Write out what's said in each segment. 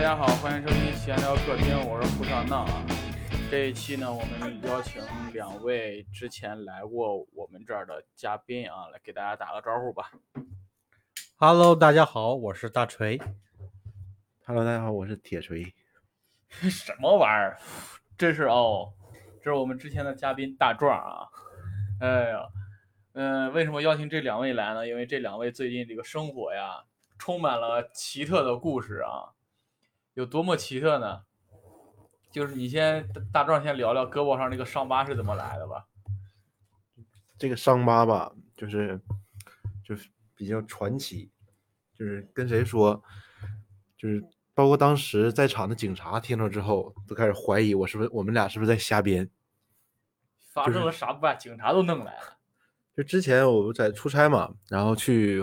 家好，欢迎收听闲聊客厅，我是胡小闹啊。这一期呢，我们邀请两位之前来过我们这儿的嘉宾啊，来给大家打个招呼吧。 Hello， 大家好，我是大锤。 Hello， 大家好，我是铁锤。 什么玩意儿？这是我们之前的嘉宾大壮啊。哎呀，为什么邀请这两位来呢？因为这两位最近这个生活呀，充满了奇特的故事啊。有多么奇特呢？就是你大壮先聊聊胳膊上那个伤疤是怎么来的吧。 这个伤疤吧，就是比较传奇，就是跟谁说，就是包括当时在场的警察听了之后，都开始怀疑我们俩是不是在瞎编。 发生了啥不把警察都弄来了？ 就之前我在出差嘛，然后去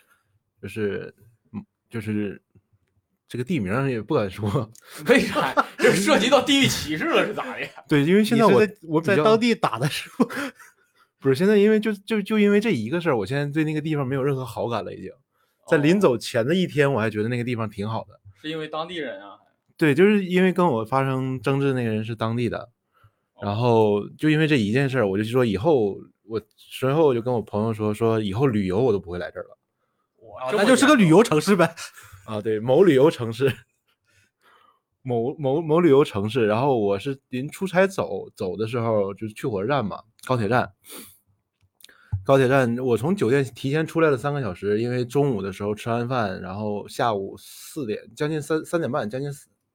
就是这个地名也不敢说。 为啥？这涉及到地域歧视了是咋的呀？ 对，因为现在我在当地打的时候， 不是现在，因为就因为这一个事儿，我现在对那个地方没有任何好感了。已经在临走前的一天，我还觉得那个地方挺好的。 是因为当地人啊？ 对，就是因为跟我发生争执那个人是当地的，然后就因为这一件事，我就说以后随后我就跟我朋友说以后旅游我都不会来这儿了。 那就是个旅游城市呗。 啊，对，某旅游城市，某旅游城市。然后我是临出差走的时候，就是去火车站嘛，高铁站，我从酒店提前出来了3个小时，因为中午的时候吃完饭，然后下午4点，将近3点半，将近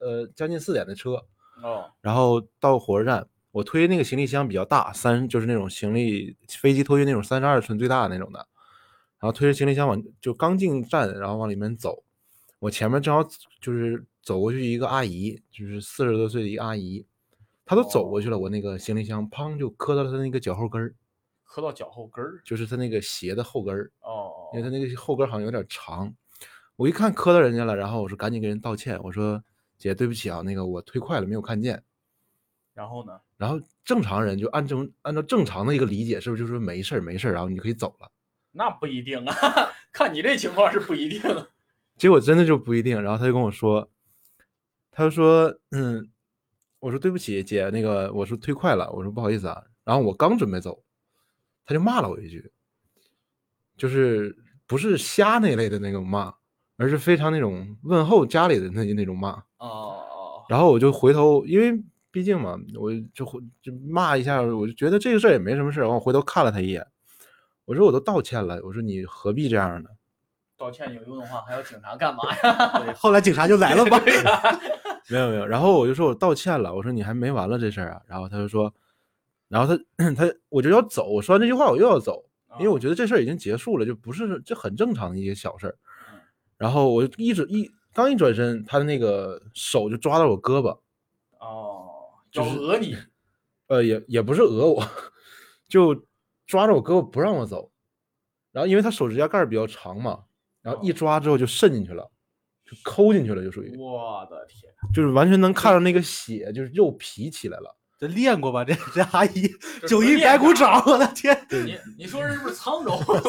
4点的车。然后到火车站，我推那个行李箱比较大，就是那种飞机托运那种32寸最大的那种的，然后推着行李箱就刚进站，然后往里面走。我前面正好就是走过去一个阿姨，就是40多岁的一个阿姨，她都走过去了，我那个行李箱砰就磕到了她那个脚后跟儿。 磕到脚后跟儿， 就是她那个鞋的后跟儿。因为她那个后跟好像有点长，我一看磕到人家了，然后我说赶紧给人道歉，我说姐对不起啊，那个我推快了没有看见。 然后呢？ 然后正常人就按照正常的一个理解，是不是就说没事，然后你可以走了？ 那不一定啊，看你这情况是不一定。 结果真的就不一定。然后他就跟我说，他就说我说对不起姐，那个我说推快了，我说不好意思啊。然后我刚准备走，他就骂了我一句，就是不是瞎那类的那种骂，而是非常那种问候家里的那种骂。然后我就回头，因为毕竟嘛，我就骂一下，我就觉得这个事儿也没什么事。然后我回头看了他一眼，我说我都道歉了，我说你何必这样呢？ 道歉有用的话还要警察干嘛呀？ 对，后来警察就来了吧？ 没有。然后我就说我道歉了，我说你还没完了这事儿啊？然后他就说，然后我就要走，我说完这句话我又要走，因为我觉得这事儿已经结束了，就不是这很正常的一些小事儿。然后我刚一转身，他的那个手就抓到我胳膊。 要讹你？ 也不是讹我，就抓着我胳膊不让我走。然后因为他手指甲盖比较长嘛，然后一抓之后就渗进去了，就抠进去了，就属于。 我的天！ 就是完全能看到那个血，就是肉皮起来了。 这练过吧？这阿姨9阴白骨爪，我的天！ 你说是不是沧州？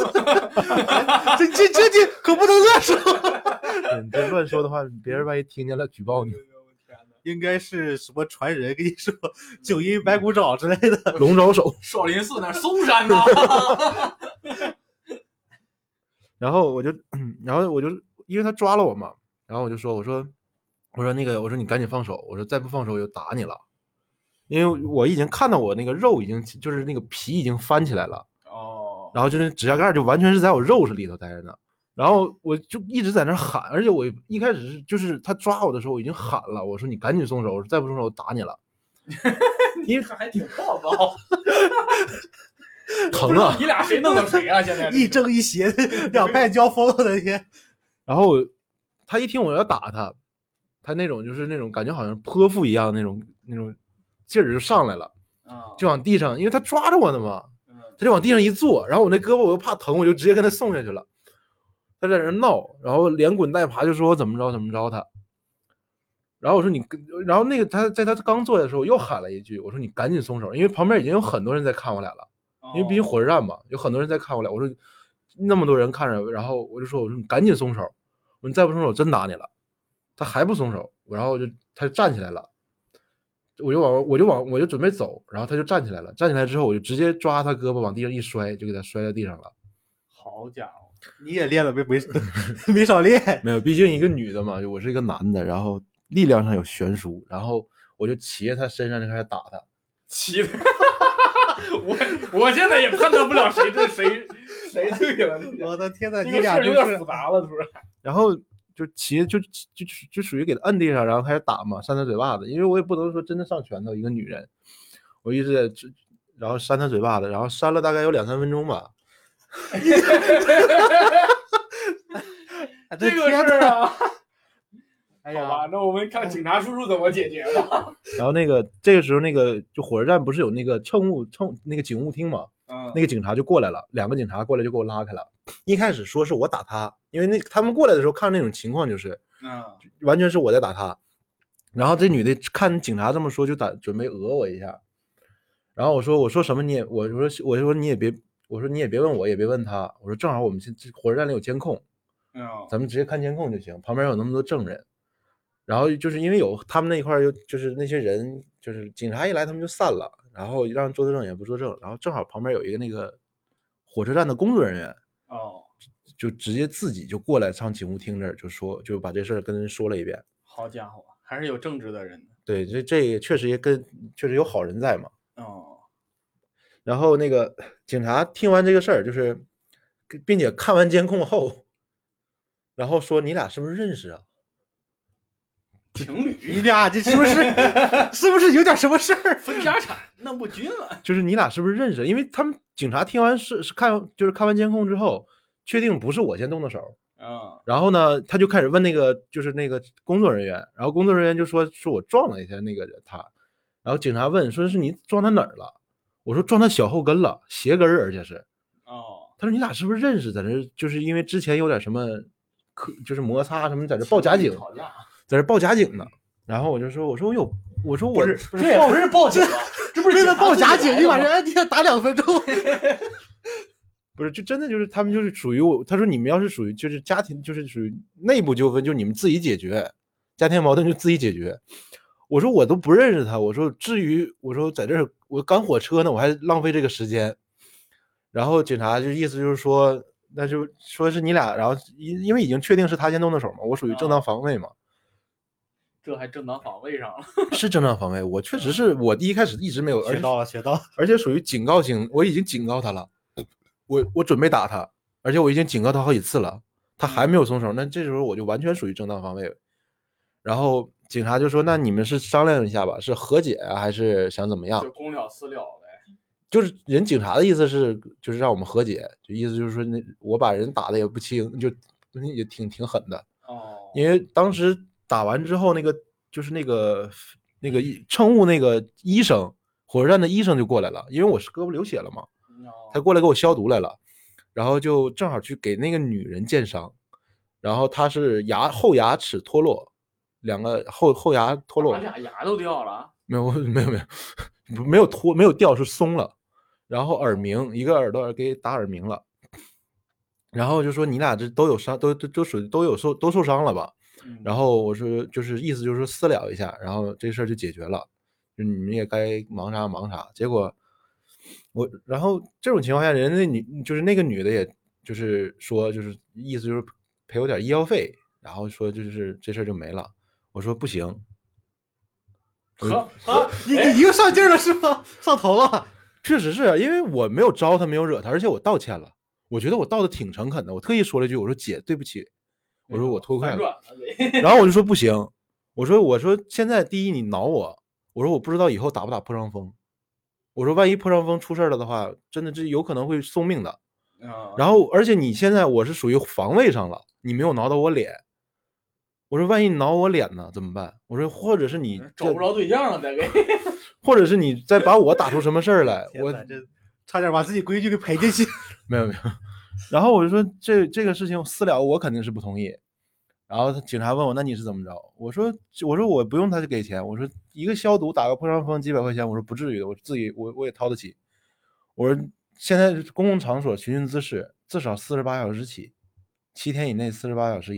这可不能乱说。 你这乱说的话，别人万一听见了举报你。 应该是什么传人跟你说9阴白骨爪之类的， 龙爪手。 少林寺那嵩山呐。 然后我就因为他抓了我嘛，然后我就说我说你赶紧放手，我说再不放手我就打你了。因为我已经看到我那个肉已经就是那个皮已经翻起来了。然后就是指甲盖就完全是在我肉里头待着呢。然后我就一直在那喊，而且我一开始就是他抓我的时候我已经喊了，我说你赶紧松手，我说再不松手我打你了。 你还挺暴躁。 疼啊！ 你俩谁弄到谁啊？现在一正一邪，两派交锋，我的天！ 然后他一听我要打他那种就是那种感觉好像泼妇一样那种劲儿就上来了，就往地上，因为他抓着我呢嘛，他就往地上一坐，然后我那胳膊我又怕疼，我就直接跟他送下去了。他在那闹，然后连滚带爬就说我怎么着他。然后我说然后那个他在他刚坐下的时候又喊了一句，我说你赶紧松手，因为旁边已经有很多人在看我俩了，因为毕竟火车站嘛，有很多人在看我俩。我说那么多人看着，然后我说你赶紧松手，我说你再不松手真打你了。 他还不松手，然后他就站起来了，我就准备走，然后他就站起来了，站起来之后我就直接抓他胳膊往地上一摔，就给他摔在地上了。 好家伙， 你也练了没少练？ 没有，毕竟一个女的嘛，我是一个男的，然后力量上有悬殊，然后我就骑在他身上就开始打他。 骑的，我现在也判断不了谁对了。 我的天呐， 这个事你俩就儿有点复是杂了，突然。 然后就骑就属于给他摁地上，然后开始打嘛，扇他嘴巴子，因为我也不能说真的上拳头，一个女人，我一直在然后扇他嘴巴子，然后扇了大概有2-3分钟吧。 这个事儿啊， 哎好吧， 呀， 那我们看警察叔叔怎么解决吧。 然后这个时候就火车站不是有那个那个警务厅嘛，那个警察就过来了，2个警察过来就给我拉开了。一开始说是我打他，因为他们过来的时候看那种情况就是完全是我在打他。然后这女的看警察这么说就准备讹我一下。然后我说什么我说你也别问我，也别问他，我说正好我们火车站里有监控，咱们直接看监控就行，旁边有那么多证人。然后就是因为有他们那一块就是那些人，就是警察一来他们就散了，然后让作证也不作证，然后正好旁边有一个那个火车站的工作人员，就直接自己就过来上警务厅这儿就把这事儿跟人说了一遍。 好家伙，还是有正直的人的。 对，这确实确实有好人在嘛。 哦， 然后那个警察听完这个事儿，就是并且看完监控后，然后说你俩是不是认识啊？ 情侣， 你俩这是不是有点什么事儿？ 分家产，弄不均了。 就是你俩是不是认识？因为他们警察听完看完监控之后，确定不是我先动的手。然后呢，他就开始问那个工作人员，然后工作人员就说我撞了一下那个人他，然后警察问说是你撞他哪儿了？我说撞他小后跟了，鞋跟而且是。他说你俩是不是认识？在这就是因为之前有点什么就是摩擦什么，在这报假警，在这报假警呢。然后我说我不是，这也不是报警了，这不是为了报假警，你把人家打2分钟。 不是，就真的就是他们就是属于他说你们要是属于就是家庭就是属于内部纠纷，就你们自己解决，家庭矛盾就自己解决。我说我都不认识他，我说至于我说在这儿我赶火车呢，我还浪费这个时间。然后警察就意思就是说，那就说是你俩，然后因为已经确定是他先动的手嘛，我属于正当防卫嘛。 这还正当防卫上了。 是正当防卫，我确实是我一开始一直没有学到了， 而且属于警告型，我已经警告他了，我准备打他，而且我已经警告他好几次了，他还没有松手，那这时候我就完全属于正当防卫。然后警察就说：“那你们是商量一下吧，是和解啊，还是想怎么样？” 就公了私了呗。 就是警察的意思是，就是让我们和解，就意思就是说，我把人打的也不轻，就也挺狠的。因为当时打完之后，那个乘务那个医生，火车站的医生就过来了，因为我是胳膊流血了嘛，他过来给我消毒来了，然后就正好去给那个女人健伤，然后她是后牙齿脱落，2个后牙脱落， 把俩牙都掉了？ 没有脱，没有掉，是松了。然后耳鸣，一个耳朵给打耳鸣了。然后就说你俩这都有伤，都属于都受伤了吧？然后我说就是意思就是说私了一下，然后这事儿就解决了，就你们也该忙啥忙啥。结果然后这种情况下，人家就是那个女的，也就是说就是意思就是赔我点医药费，然后说就是这事儿就没了。我说不行。 你又上劲了是吗？上头了。 确实是因为我没有招他，没有惹他，而且我道歉了，我觉得我道的挺诚恳的，我特意说了一句，我说姐对不起，我说我脱快了，然后我就说不行，我说现在第一你挠我说我不知道以后打不打破伤风，我说万一破伤风出事了的话，真的这有可能会送命的。然后而且你现在我是属于防卫上了，你没有挠到我脸，我说万一你挠我脸呢怎么办？我说或者是你找不着对象了再给。 或者是你再把我打出什么事儿来，我这差点把自己规矩给赔进去。 没有。然后我就说这个事情私了我肯定是不同意。然后警察问我那你是怎么着？我说我不用他就给钱，我说一个消毒打个破伤风几百块钱，我说不至于的，我自己我也掏得起。我说现在公共场所寻衅滋事至少48小时起，7天以内48小时以上。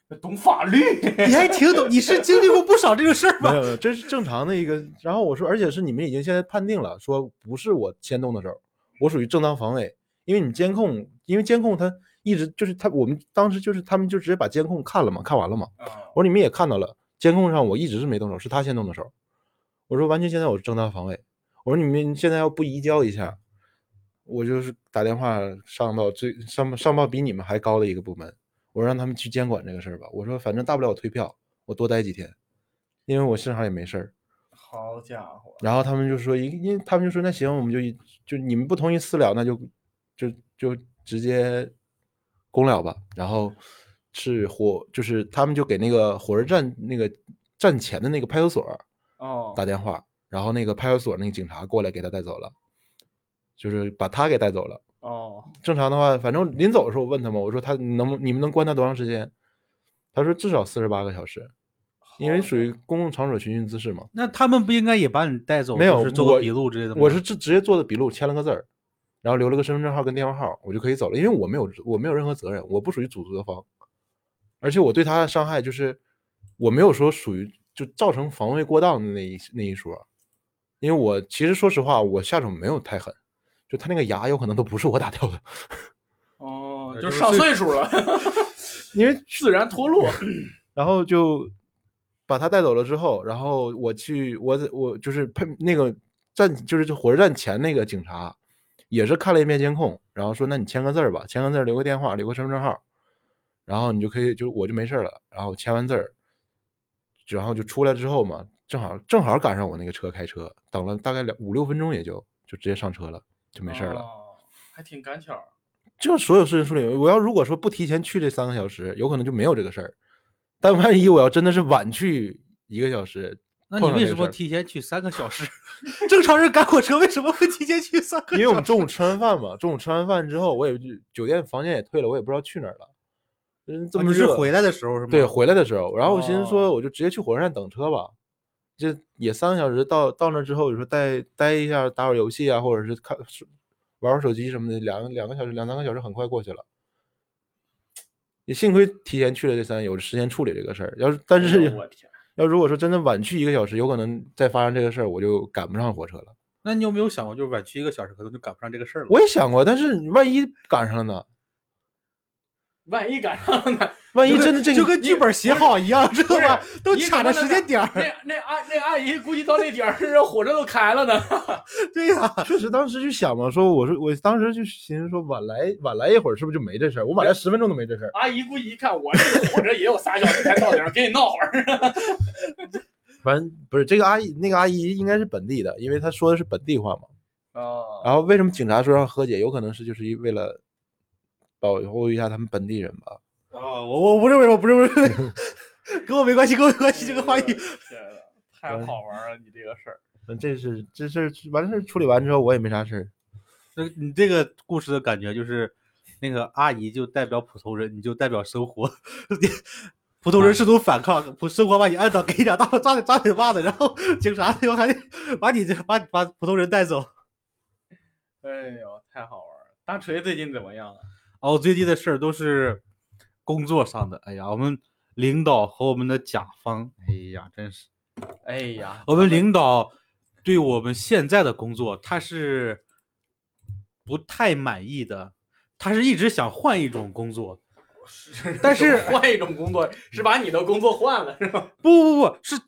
懂法律， 你还挺懂，你是经历过不少这个事儿吗？ 没有，这是正常的一个。然后我说，而且是你们已经现在判定了，说不是我先动的手，我属于正当防卫，因为你监控，因为监控它一直就是我们当时就是他们就直接把监控看完了嘛。我说你们也看到了，监控上我一直是没动手，是他先动的手。我说完全现在我是正当防卫。我说你们现在要不移交一下，我就是打电话上报比你们还高的一个部门。我让他们去监管这个事儿吧。我说反正大不了我退票，我多待几天，因为我正好也没事儿。 好家伙！ 然后他们就说，因为他们就说那行，我们就你们不同意私了，那就直接公了吧。然后就是他们就给那个火车站那个站前的那个派出所打电话，然后那个派出所那个警察过来给他带走了，就是把他给带走了。正常的话，反正临走的时候我问他们，我说你们能关他多长时间？他说至少48个小时，因为属于公共场所寻衅滋事嘛。 那他们不应该也把你带走？ 没有， 做个笔录之类的吗？ 我是直接做的笔录，签了个字儿，然后留了个身份证号跟电话号，我就可以走了。因为我没有任何责任，我不属于主责方，而且我对他的伤害就是我没有说属于就造成防卫过当的那一说，因为我其实说实话，我下手没有太狠。就他那个牙有可能都不是我打掉的。 就上岁数了， 因为自然脱落。 然后就把他带走了之后，然后我就是那个就是火车站前那个警察也是看了一遍监控，然后说那你签个字吧，签个字留个电话，留个身份证号，然后你就可以我就没事了。然后签完字，然后就出来之后嘛，正好赶上我那个车开车，等了大概5-6分钟也就直接上车了。就没事了。 还挺赶巧。 就所有事情处理，我要如果说不提前去这3个小时，有可能就没有这个事儿。但万一我要真的是晚去1个小时， 那你为什么提前去3个小时？正常人赶火车为什么会提前去3个小时？ 因为我们中午吃完饭嘛，中午吃完饭之后，我也酒店房间也退了，我也不知道去哪儿了。这么你是回来的时候是吗？ 对，回来的时候。然后我寻思说，我就直接去火车站等车吧。这也3个小时到那之后，有时候待一下，打会儿游戏啊，或者是玩玩手机什么的，2个小时、2-3个小时很快过去了。也幸亏提前去了这有时间处理这个事儿。但是要如果说真的晚去1个小时，有可能再发生这个事儿，我就赶不上火车了。 那你有没有想过，就是晚去1个小时，可能就赶不上这个事儿了？ 我也想过，但是万一赶上了呢？ 万一赶上了呢？ 万一真的就跟剧本写好一样，知道吧？都卡着时间点儿。 那阿姨估计到那点儿，火车都开了呢。 对呀， 确实当时就想嘛，说我当时就寻思说晚来一会儿是不是就没这事儿？我晚来10分钟都没这事儿。 阿姨估计一看我这个火车也有3小时才到点，给你闹会儿。 反正不是这个阿姨，那个阿姨应该是本地的，因为她说的是本地话嘛。然后为什么警察说让和解？有可能是就是为了保护一下他们本地人吧。 我不认为，跟我没关系，这个话题太好玩了，你这个事儿。 这事完事处理完之后，我也没啥事儿。 你这个故事的感觉就是，那个阿姨就代表普通人，你就代表生活。普通人试图反抗，生活把你按倒，给你2大抓嘴巴子，然后警察最后还得把普通人带走。 哎呦，太好玩了！大锤最近怎么样啊？ 最近的事儿都是工作上的。哎呀，我们领导和我们的甲方，哎呀，真是， 哎呀， 我们领导对我们现在的工作他是不太满意的，他是一直想换一种工作。但是换一种工作是把你的工作换了是吧？ 不，是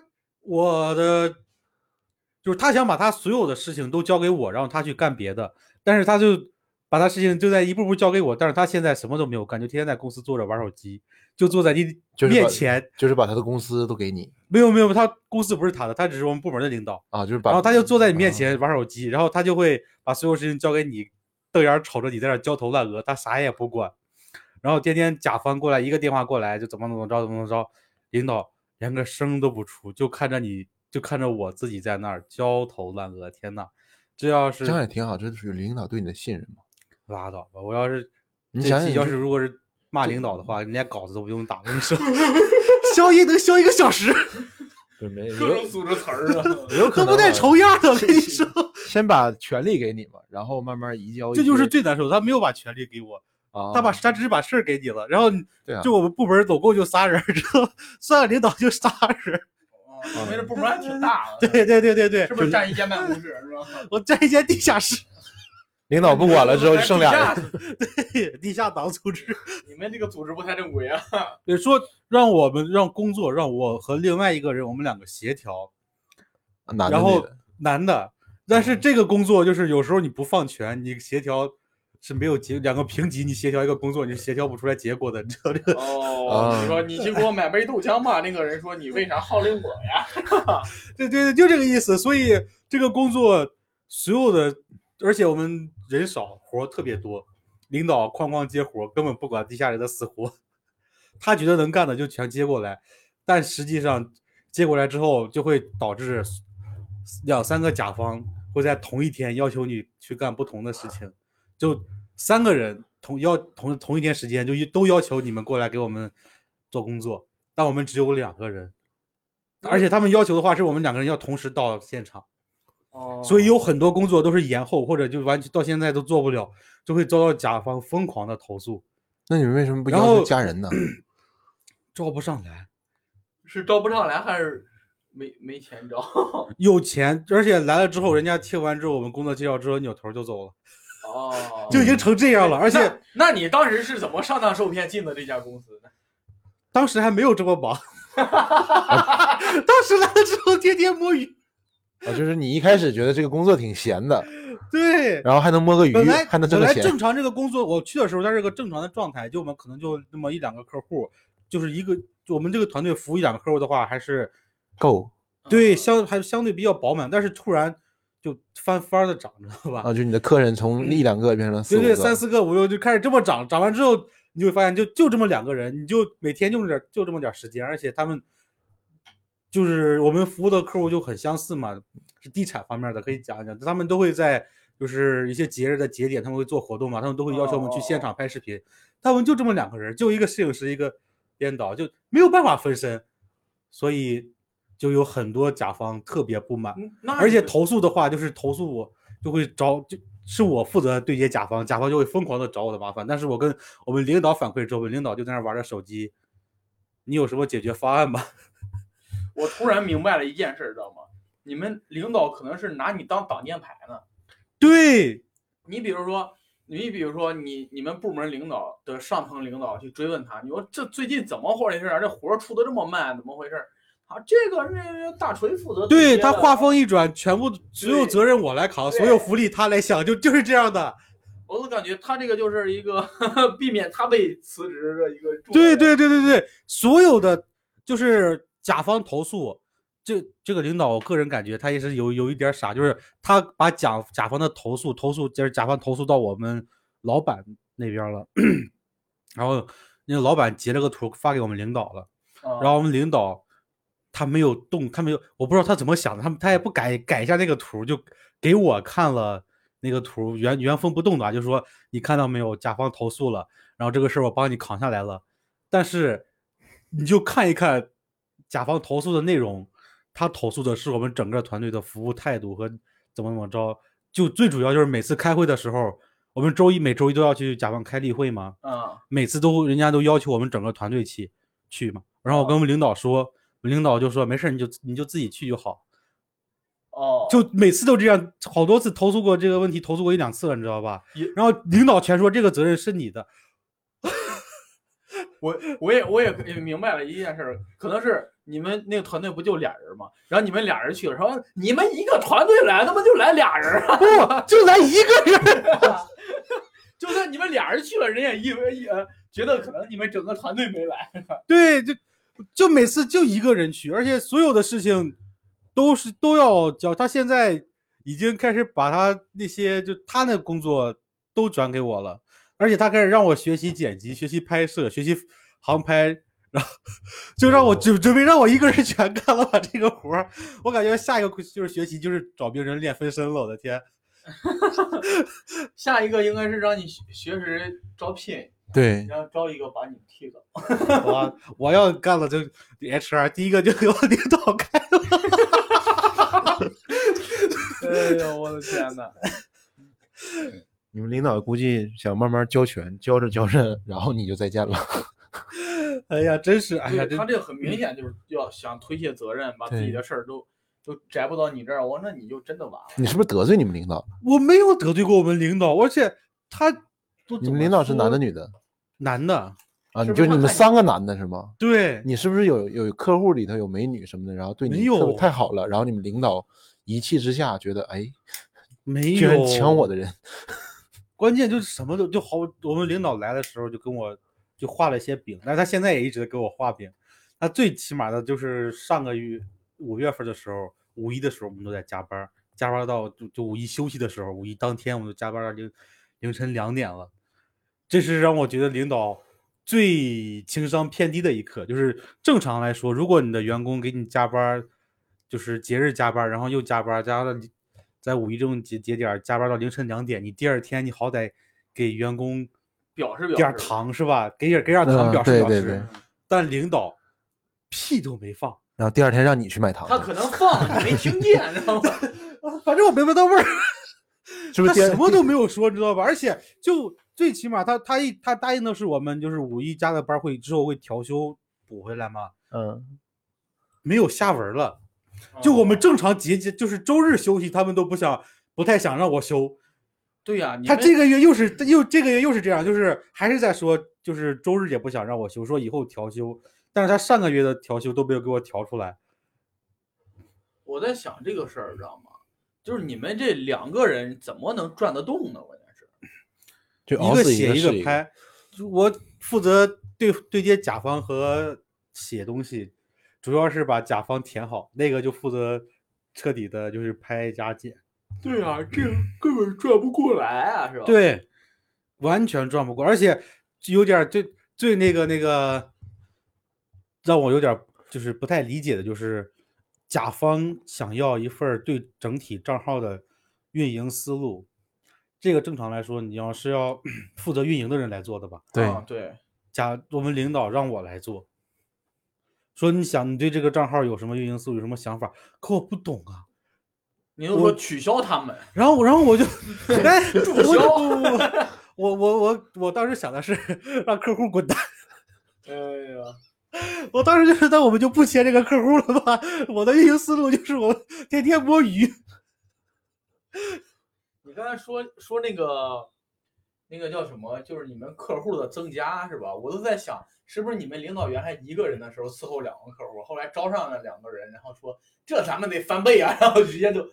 就是他想把他所有的事情都交给我，然后他去干别的，但是他就把他事情就在一步步交给我，但是他现在什么都没有干，就天天在公司坐着玩手机，就坐在你面前， 就是把他的公司都给你。 没有，他公司不是他的，他只是我们部门的领导啊，就是然后他就坐在你面前玩手机，然后他就会把所有事情交给你，瞪眼瞅着你在那焦头烂额，他啥也不管。然后天天甲方过来，一个电话过来就怎么着，领导连个声都不出，就看着我自己在那儿焦头烂额。天哪，这样也挺好，这属于领导对你的信任嘛。 拉倒吧，我要是你想要是如果是骂领导的话，连稿子都不用打，我跟你说，消音能消1个小时。 各种组织词儿啊， 有可能都不带重样的，我跟你说。 先把权力给你嘛，然后慢慢移交。 这就是最难受，他没有把权力给我。 他只是把事儿给你了，然后对啊就我们部门总共就仨人，知道3个领导就仨人。 因为这部门还挺大的， 对， 是不是占一间办公室是吧？ 我占一间地下室， 领导不管了之后就剩俩人。 对，地下党组织。 你们这个组织不太正规啊。 对，说让工作让我和另外一个人我们2个协调，然后男的，但是这个工作就是有时候你不放权，你协调是没有2个平级，你协调一个工作你是协调不出来结果的，你知道这个？ 你说你去给我买杯豆浆吧，那个人说你为啥号令我呀？ 对，就这个意思。所以这个工作所有的，而且我们人少，活特别多，领导哐哐接活，根本不管地下人的死活，他觉得能干的就全接过来，但实际上接过来之后就会导致2、3个甲方会在同一天要求你去干不同的事情，就3个人同一天时间就都要求你们过来给我们做工作，但我们只有2个人，而且他们要求的话是我们2个人要同时到现场，所以有很多工作都是延后或者就完全到现在都做不了，就会遭到甲方疯狂的投诉。 那你们为什么不要求加人呢？ 招不上来， 是招不上来还是没钱招？ 有钱，而且来了之后，人家听完之后，我们工作介绍之后扭头就走了。就已经成这样了。而且， 那你当时是怎么上当受骗进的这家公司呢？ 当时还没有这么忙，当时来了之后天天摸鱼。 就是你一开始觉得这个工作挺闲的， 对， 然后还能摸个鱼，还能挣个钱。 本来正常这个工作，我去的时候它是个正常的状态，就我们可能就那么1-2个客户，就是就我们这个团队服务1-2个客户的话还是够。 对，还相对比较饱满，但是突然就翻番的涨，知道吧？ 就你的客人从1-2个变成4-5个， 对，3-4个5-6就开始这么涨，涨完之后你就会发现就这么2个人，你就每天就这么点时间，而且他们就是我们服务的客户就很相似嘛，是地产方面的，可以讲一讲，他们都会在就是一些节日的节点，他们会做活动嘛，他们都会要求我们去现场拍视频，他们就这么2个人，就一个摄影师一个编导，就没有办法分身，所以就有很多甲方特别不满，而且投诉的话就是投诉我就会就是我负责对接甲方，甲方就会疯狂的找我的麻烦，但是我跟我们领导反馈之后，我们领导就在那玩着手机，你有什么解决方案吗？ 我突然明白了一件事，知道吗？你们领导可能是拿你当挡箭牌呢。 对， 你比如说你们部门领导的上层领导去追问他，你说这最近怎么回事啊？这活出的这么慢，怎么回事？啊，这个大锤负责。 对，他话锋一转，全部所有责任我来扛，所有福利他来想，就是这样的。 我都感觉他这个就是一个避免他被辞职的一个。 对，所有的就是甲方投诉，这个领导，我个人感觉他也是有一点傻，就是他把甲方的投诉就是甲方投诉到我们老板那边了，然后那个老板截了个图发给我们领导了，然后我们领导他没有，我不知道他怎么想的，他也不改一下那个图，就给我看了那个图原封不动的，就说你看到没有，甲方投诉了，然后这个事儿我帮你扛下来了，但是你就看一看甲方投诉的内容，他投诉的是我们整个团队的服务态度和怎么着，就最主要就是每次开会的时候，我们每周一都要去甲方开例会嘛，每次人家都要求我们整个团队去嘛，然后我跟我们领导说，领导就说没事，你就自己去就好。就每次都这样，好多次投诉过这个问题，投诉过1-2次了，你知道吧？然后领导全说这个责任是你的。 我也明白了一件事，可能是你们那个团队不就俩人吗？然后你们俩人去了，说你们一个团队来，他妈就来俩人啊？ 不，就来一个人。 就算你们俩人去了，人也觉得可能你们整个团队没来。 对，就每次就一个人去，而且所有的事情都要交。他现在已经开始把他那些就他那工作都转给我了，而且他开始让我学习剪辑、学习拍摄、学习航拍，然后就让我准备让我一个人全干了把这个活儿。我感觉下一个就是学习，就是找别人练分身了。我的天！ 下一个应该是让你学识招聘。 对， 然后招一个把你踢走。 我要干了就 HR 第一个就给我领导开了。 哎呦我的天哪！ 你们领导估计想慢慢交权，交着交着，然后你就再见了。 哎呀，真是，哎呀， 对他这个很明显就是要想推卸责任，把自己的事儿都摘不到你这儿，那你就真的完了。 你是不是得罪你们领导了？ 我没有得罪过我们领导，而且他都你们领导是男的女的？ 男的啊， 是不是就你们3个男的是吗？ 对， 你是不是有客户里头有美女什么的，然后对你没有特别太好了，然后你们领导一气之下觉得，哎， 没居然有抢我的人。 关键就是什么都就好。我们领导来的时候就跟我就画了一些饼，但是他现在也一直给我画饼。他最起码的就是上个月5月份的时候，5一的时候我们都在加班，加班到就5一休息的时候，5一当天我们就加班到凌晨2点了。这是让我觉得领导最情商偏低的一刻。就是正常来说，如果你的员工给你加班，就是节日加班，然后又加班，加了在5一这种节点加班到凌晨2点，你第二天你好歹给员工表示点糖是吧？给点糖表示表示。 对对对。 但领导屁都没放， 然后第二天让你去买糖， 他可能放了，你没听见，知道吗？ 反正我没闻到味儿， 是不是？ 他什么都没有说，知道吧？而且就最起码他答应的是我们就是5一加的班会之后会调休补回来嘛，没有下文了。就我们正常就是周日休息，他们都不太想让我休。 对呀， 他这个月又是这样，就是还是在说，就是周日也不想让我休，说以后调休，但是他上个月的调休都没有给我调出来。 我在想这个事儿，知道吗？就是你们这2个人怎么能转得动呢？关键是， 就一个写一个拍，我负责对接甲方和写东西，主要是把甲方填好，那个就负责彻底的就是拍加剪。 对啊，这根本转不过来啊，是吧？ 对，完全转不过，而且有点最那个让我有点就是不太理解的，就是甲方想要一份对整体账号的运营思路。这个正常来说，你要负责运营的人来做的吧？ 对， 我们领导让我来做，说你对这个账号有什么运营思路，有什么想法？可我不懂啊。 你就说取消他们， 然后我就哎注销。 我当时想的是让客户滚蛋。 哎呀， 我当时就觉得我们就不签这个客户了吧？我的运营思路就是我天天摸鱼。 你刚才说那个叫什么？就是你们客户的增加是吧？我都在想，是不是你们领导原来1个人的时候伺候2个客户，后来招上了2个人，然后说这咱们得翻倍啊，然后直接就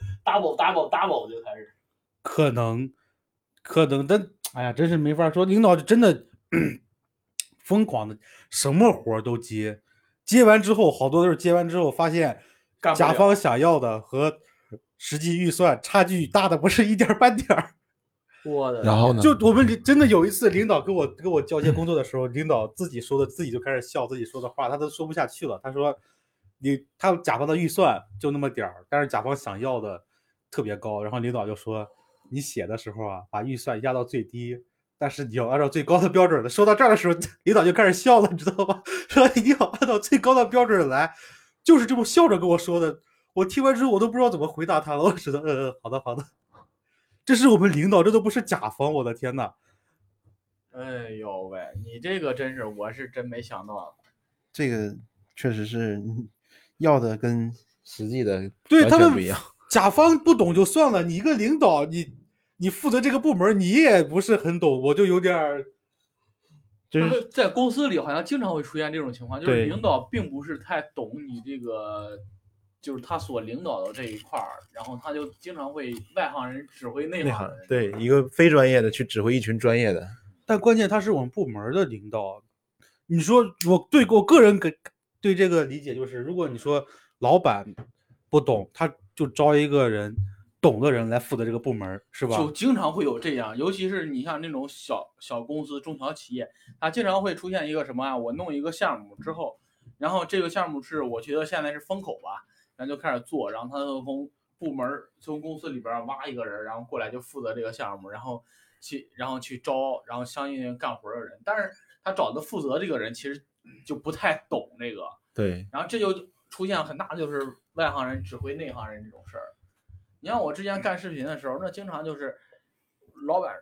double 就开始。 可能，但哎呀，真是没法说。领导真的疯狂的，什么活都接，接完之后好多都是接完之后发现甲方想要的和实际预算差距大的不是一点半点儿。 我的， 然后呢？ 就我们真的有一次，领导给我交接工作的时候，领导自己就开始笑自己说的话，他都说不下去了。他说：“他甲方的预算就那么点儿，但是甲方想要的特别高。”然后领导就说：“你写的时候啊，把预算压到最低，但是你要按照最高的标准的。”说到这儿的时候，领导就开始笑了，你知道吗？说一定要按照最高的标准来，就是这么笑着跟我说的。我听完之后，我都不知道怎么回答他了。我只能好的。这是我们领导，这都不是甲方，我的天呐！ 哎呦喂，你这个真是，我是真没想到。 这个确实是要的跟实际的对完全不一样。 甲方不懂就算了，你一个领导，你负责这个部门，你也不是很懂，我就有点就是在公司里好像经常会出现这种情况，就是领导并不是太懂你这个。就是他所领导的这一块儿，然后他就经常会外行人指挥内行人， 对，一个非专业的去指挥一群专业的。 但关键他是我们部门的领导，你说我个人对这个理解就是，如果你说老板不懂，他就招一个人懂的人来负责这个部门，是吧？ 就经常会有这样，尤其是你像那种小公司、中小企业，它经常会出现一个什么啊？我弄一个项目之后，然后这个项目是我觉得现在是风口吧。咱就开始做，然后他就从部门从公司里边挖一个人，然后过来就负责这个项目，然后去招，然后相应干活的人。但是他找的负责这个人其实就不太懂这个， 对。 然后这就出现很大的就是外行人指挥内行人这种事儿。你像我之前干视频的时候，那经常就是老板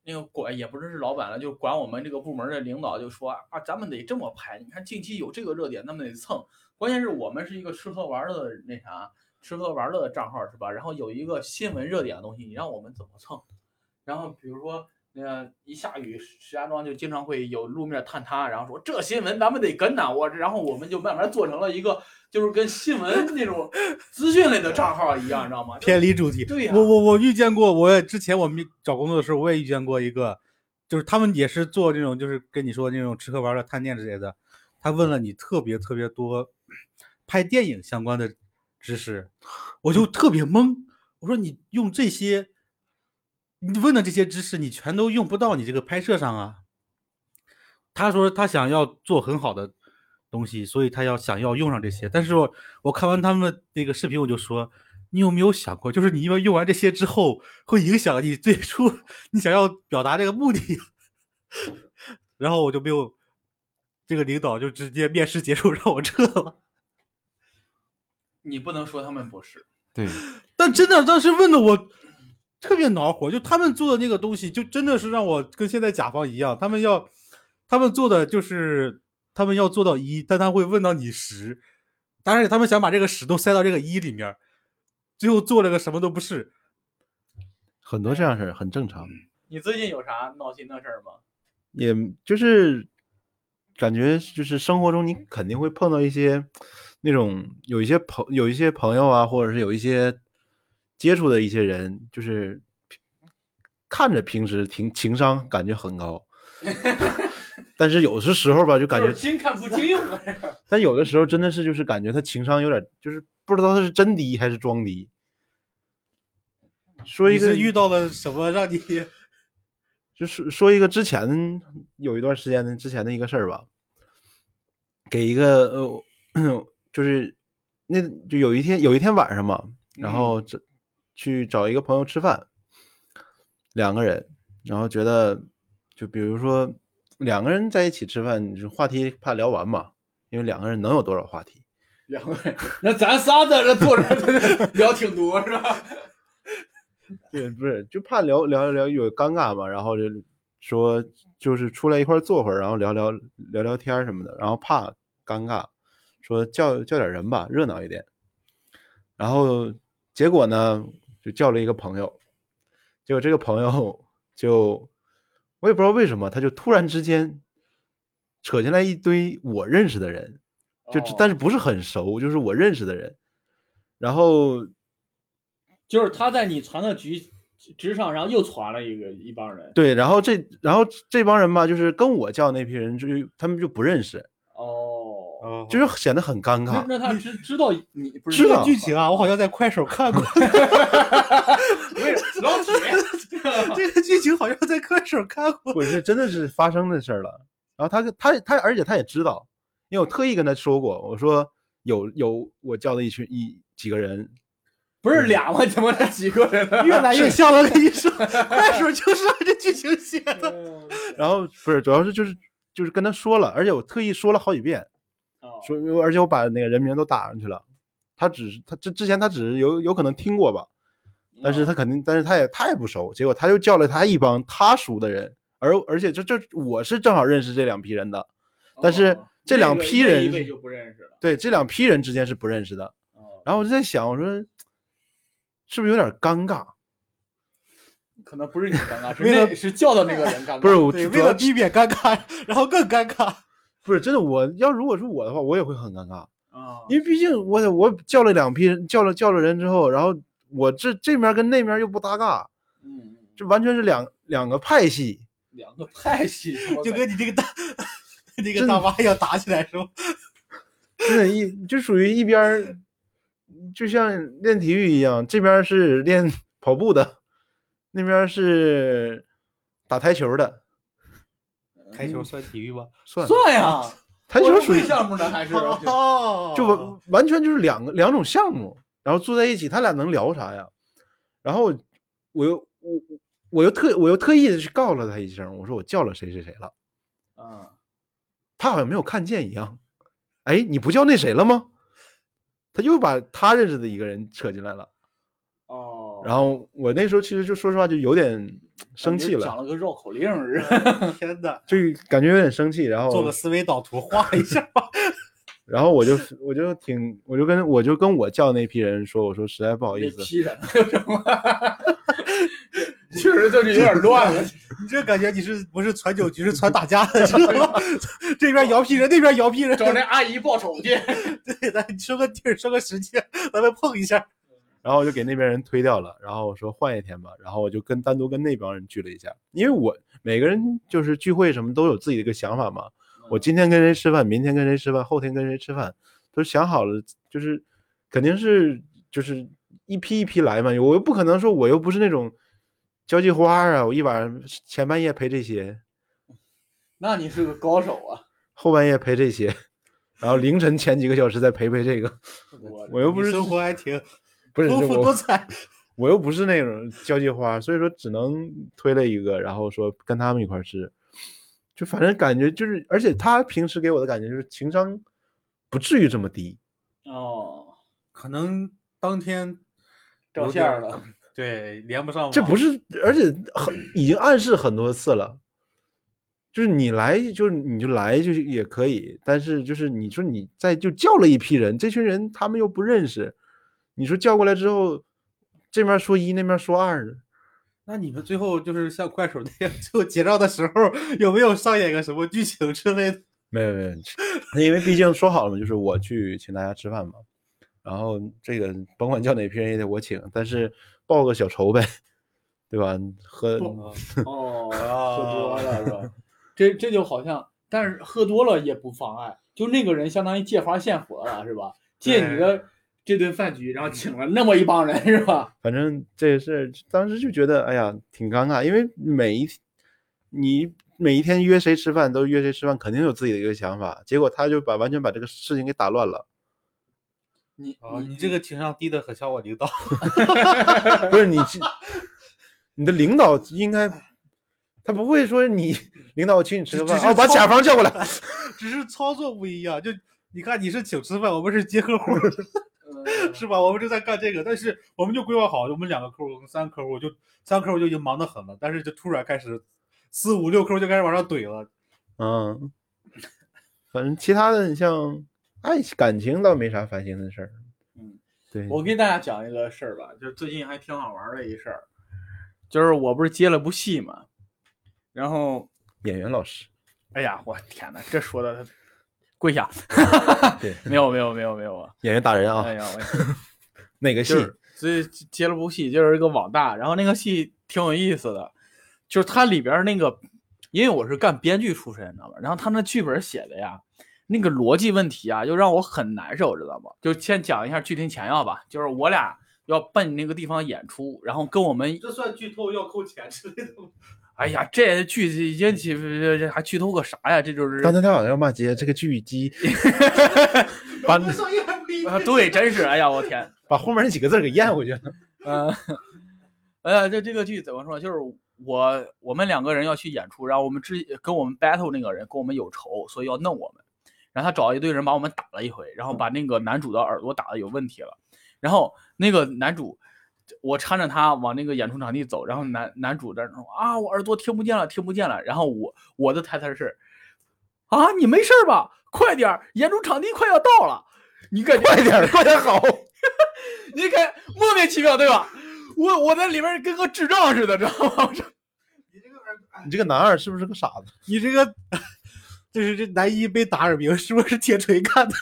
那个管也不是老板了，就管我们这个部门的领导就说啊，咱们得这么拍，你看近期有这个热点，咱们得蹭。关键是我们是一个吃喝玩乐的那啥，吃喝玩乐的账号是吧？然后有一个新闻热点的东西，你让我们怎么蹭？然后比如说那个一下雨，石家庄就经常会有路面坍塌，然后说这新闻咱们得跟呐，然后我们就慢慢做成了一个就是跟新闻那种资讯类的账号一样，你知道吗？ 偏离主题。 对呀、 我遇见过，之前我们找工作的时候，我也遇见过一个，就是他们也是做这种，就是跟你说那种吃喝玩乐、探店之类的。他问了你特别多拍电影相关的知识，我就特别懵。我说你用这些，你问的这些知识，你全都用不到你这个拍摄上啊。他说他想要做很好的东西，所以他想要用上这些。但是我看完他们那个视频，我就说，你有没有想过，就是你因为用完这些之后，会影响你最初你想要表达这个目的？然后我就没有，这个领导就直接面试结束让我撤了。 你不能说他们不是。 对， 但真的当时问的我特别恼火，就他们做的那个东西，就真的是让我跟现在甲方一样，他们做的就是他们要做到1，但他会问到你10，当然他们想把这个10都塞到这个1里面，最后做了个什么都不是。 很多这样事儿很正常。 你最近有啥闹心的事儿吗？ 也就是感觉就是生活中你肯定会碰到一些那种有一些朋友啊，或者是有一些接触的一些人，就是看着平时情商感觉很高，但是有的时候吧，就感觉心看不清啊。 但有的时候真的是就是感觉他情商有点，就是不知道他是真低还是装低。说一个你是遇到了什么让你就是说一个之前有一段时间之前的一个事儿吧，给一个就是就有一天晚上嘛，然后去找一个朋友吃饭，2个人，然后觉得就比如说2个人在一起吃饭，就是话题怕聊完嘛，因为2个人能有多少话题 2个人，那咱仨在这坐着聊挺多是吧？ 对，不是就怕聊有尴尬嘛，然后就说就是出来一块坐会儿，然后聊天什么的，然后怕尴尬，说叫点人吧，热闹一点。然后结果呢，就叫了一个朋友，结果这个朋友就我也不知道为什么，他就突然之间扯进来一堆我认识的人，但是不是很熟，就是我认识的人，然后。 就是他在你传的局之上，然后又传了一帮人。 对，然后这帮人吧，就是跟我叫那批人，他们就不认识，就是显得很尴尬。 那他知道你不是知道剧情啊？我好像在快手看过。 老铁， 这个剧情好像在快手看过。 不是，真的是发生的事儿了。然后他，而且他也知道，因为我特意跟他说过，我说有我叫的几个人。 不是2吗？怎么是几个人呢？ 越来越像了，跟你说，快手就是按这剧情写的。 然后不是，主要是就是跟他说了，而且我特意说了好几遍，说，而且我把那个人名都打上去了。他之前他只是有可能听过吧，但是他也不熟。结果他又叫了他一帮他熟的人，而且我是正好认识这2批人的，但是这2批人就不认识了。 对，这2批人之间是不认识的。然后我就在想，我说是不是有点尴尬？ 可能不是你尴尬，是叫的那个人尴尬。 不是， 为了避免尴尬，然后更尴尬。 不是真的，如果是我的话，我也会很尴尬因为毕竟我叫了2批人，叫了人之后，然后我这面跟那面又不搭嘎，这完全是两个派系 ，2个派系， 就跟你那个大妈要打起来是吧？ 真的就属于一边。就像练体育一样，这边是练跑步的，那边是打台球的。 台球算体育吗？ 算呀， 台球属于项目呢还是？ 就完全就是两种项目，然后坐在一起，他俩能聊啥呀？然后我又特意的去告了他一声，我说我叫了谁谁谁了。他好像没有看见一样。哎，你不叫那谁了吗？他又把他认识的一个人扯进来了。 然后我那时候其实就说实话就有点生气了， 讲了个绕口令似的。 天哪！ 就感觉有点生气，然后做个思维导图画一下吧。 然后我就跟我叫那批人说，我说实在不好意思， 那批人什么？确实就是有点乱了。 你这感觉你是不是传酒局，是传打架的，知道吗？这边摇批人，那边摇批人， 找那阿姨报仇去。 对，咱说个地儿，说个时间，咱们碰一下。 然后我就给那边人推掉了，然后我说换一天吧，然后我就单独跟那帮人聚了一下，因为我每个人就是聚会什么都有自己的一个想法嘛，我今天跟谁吃饭，明天跟谁吃饭，后天跟谁吃饭，都想好了，就是肯定是就是一批一批来嘛，我又不可能说我又不是那种交际花啊，我一晚上前半夜陪这些， 那你是个高手啊！ 后半夜陪这些，然后凌晨前几个小时再陪这个，我又不是生活还挺不是丰富多彩。 我又不是那种交际花，所以说只能推了一个，然后说跟他们一块吃，就反正感觉就是，而且他平时给我的感觉就是情商不至于这么低哦， 可能当天掉线了， 对，连不上网。 这不是，而且已经暗示很多次了，就是你来就是你就来就也可以，但是就是你说你就叫了一批人，这群人他们又不认识，你说叫过来之后，这面说一那面说二的。 那你们最后就是像快手那样，最后结账的时候有没有上演个什么剧情之类的？ 没有，因为毕竟说好了嘛，就是我去请大家吃饭嘛，然后这个甭管叫哪批人也得我请，但是报个小仇呗，对吧？喝多了是吧？这就好像，但是喝多了也不妨碍，就那个人相当于借花献佛了，是吧？借你的这顿饭局，然后请了那么一帮人，是吧？ 反正这个事当时就觉得，哎呀，挺尴尬，因为你每一天约谁吃饭都约谁吃饭，肯定有自己的一个想法，结果他就完全把这个事情给打乱了。 你这个情商低的很像我领导。 不是你的领导应该，他不会说你领导我请你吃个饭，把甲方叫过来， 只是操作不一样。就你看，你是请吃饭，我们是接客户，是吧？我们正在干这个，但是我们就规划好，我们2个客户、3客户就已经忙得很了，但是就突然开始4、5、6客户就开始往上怼了。 反正其他的你像感情倒没啥烦心的事儿。对， 我给大家讲一个事儿吧，就最近还挺好玩的一事儿，就是我不是接了部戏嘛，然后演员老师， 哎呀，我天哪，这说的跪下。 对， 没有啊， 演员打人啊！ 哎呀， 哪个戏？ 所以接了部戏，就是一个网大，然后那个戏挺有意思的，就是它里边那个，因为我是干编剧出身，你知道吧？然后他那剧本写的呀，那个逻辑问题啊，就让我很难受，知道吗？就先讲一下剧情前要吧，就是我俩要奔那个地方演出，然后跟我们这算剧透要扣钱之类的吗？ 哎呀，这剧已经还剧透个啥呀？这就是刚才他好像要骂街，这个剧集把上映还不一定。 对，真是，哎呀，我天， 把后面那几个字给咽回去了。 这个剧怎么说？就是我们2个人要去演出，然后我们跟我们 battle 那个人跟我们有仇，所以要弄我们。然后他找一堆人把我们打了一回，然后把那个男主的耳朵打的有问题了。然后那个男主，我搀着他往那个演出场地走，然后男主在那说啊，我耳朵听不见了。然后我的台词是啊，你没事吧？快点，演出场地快要到了，你感觉快点好。 你看莫名其妙对吧？我在里面跟个智障似的，知道吗？ 你这个男二是不是个傻子？ 你这个就是这男一被打耳鸣，是不是铁锤干的？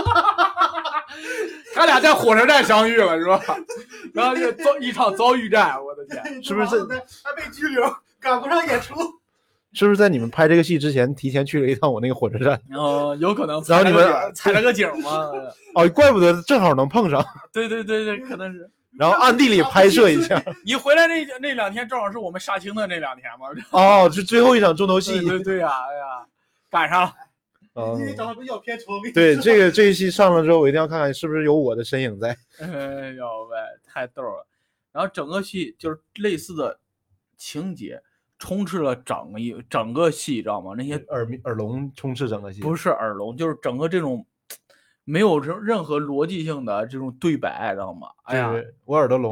他俩在火车站相遇了是吧？然后就一场遭遇战，我的天， 是不是还被拘留，赶不上演出？ 是不是在你们拍这个戏之前提前去了一趟我那个火车站？ 有可能。 然后你们踩了个景吗？ 哦，怪不得正好能碰上。 对，可能是。 然后暗地里拍摄一下。 你回来那2天正好是我们杀青的那2天吗？ 哦，是最后一场重头戏。 对呀，哎呀，赶上了。 今天早上都要片酬。 对，这一期上了之后，我一定要看看是不是有我的身影在。 哎呦喂，太逗了。然后整个戏就是类似的情节充斥了整个戏，知道吗？那些耳聋充斥整个戏。 不是耳聋，就是整个这种没有任何逻辑性的这种对白，知道吗？哎呀， 我耳朵聋了，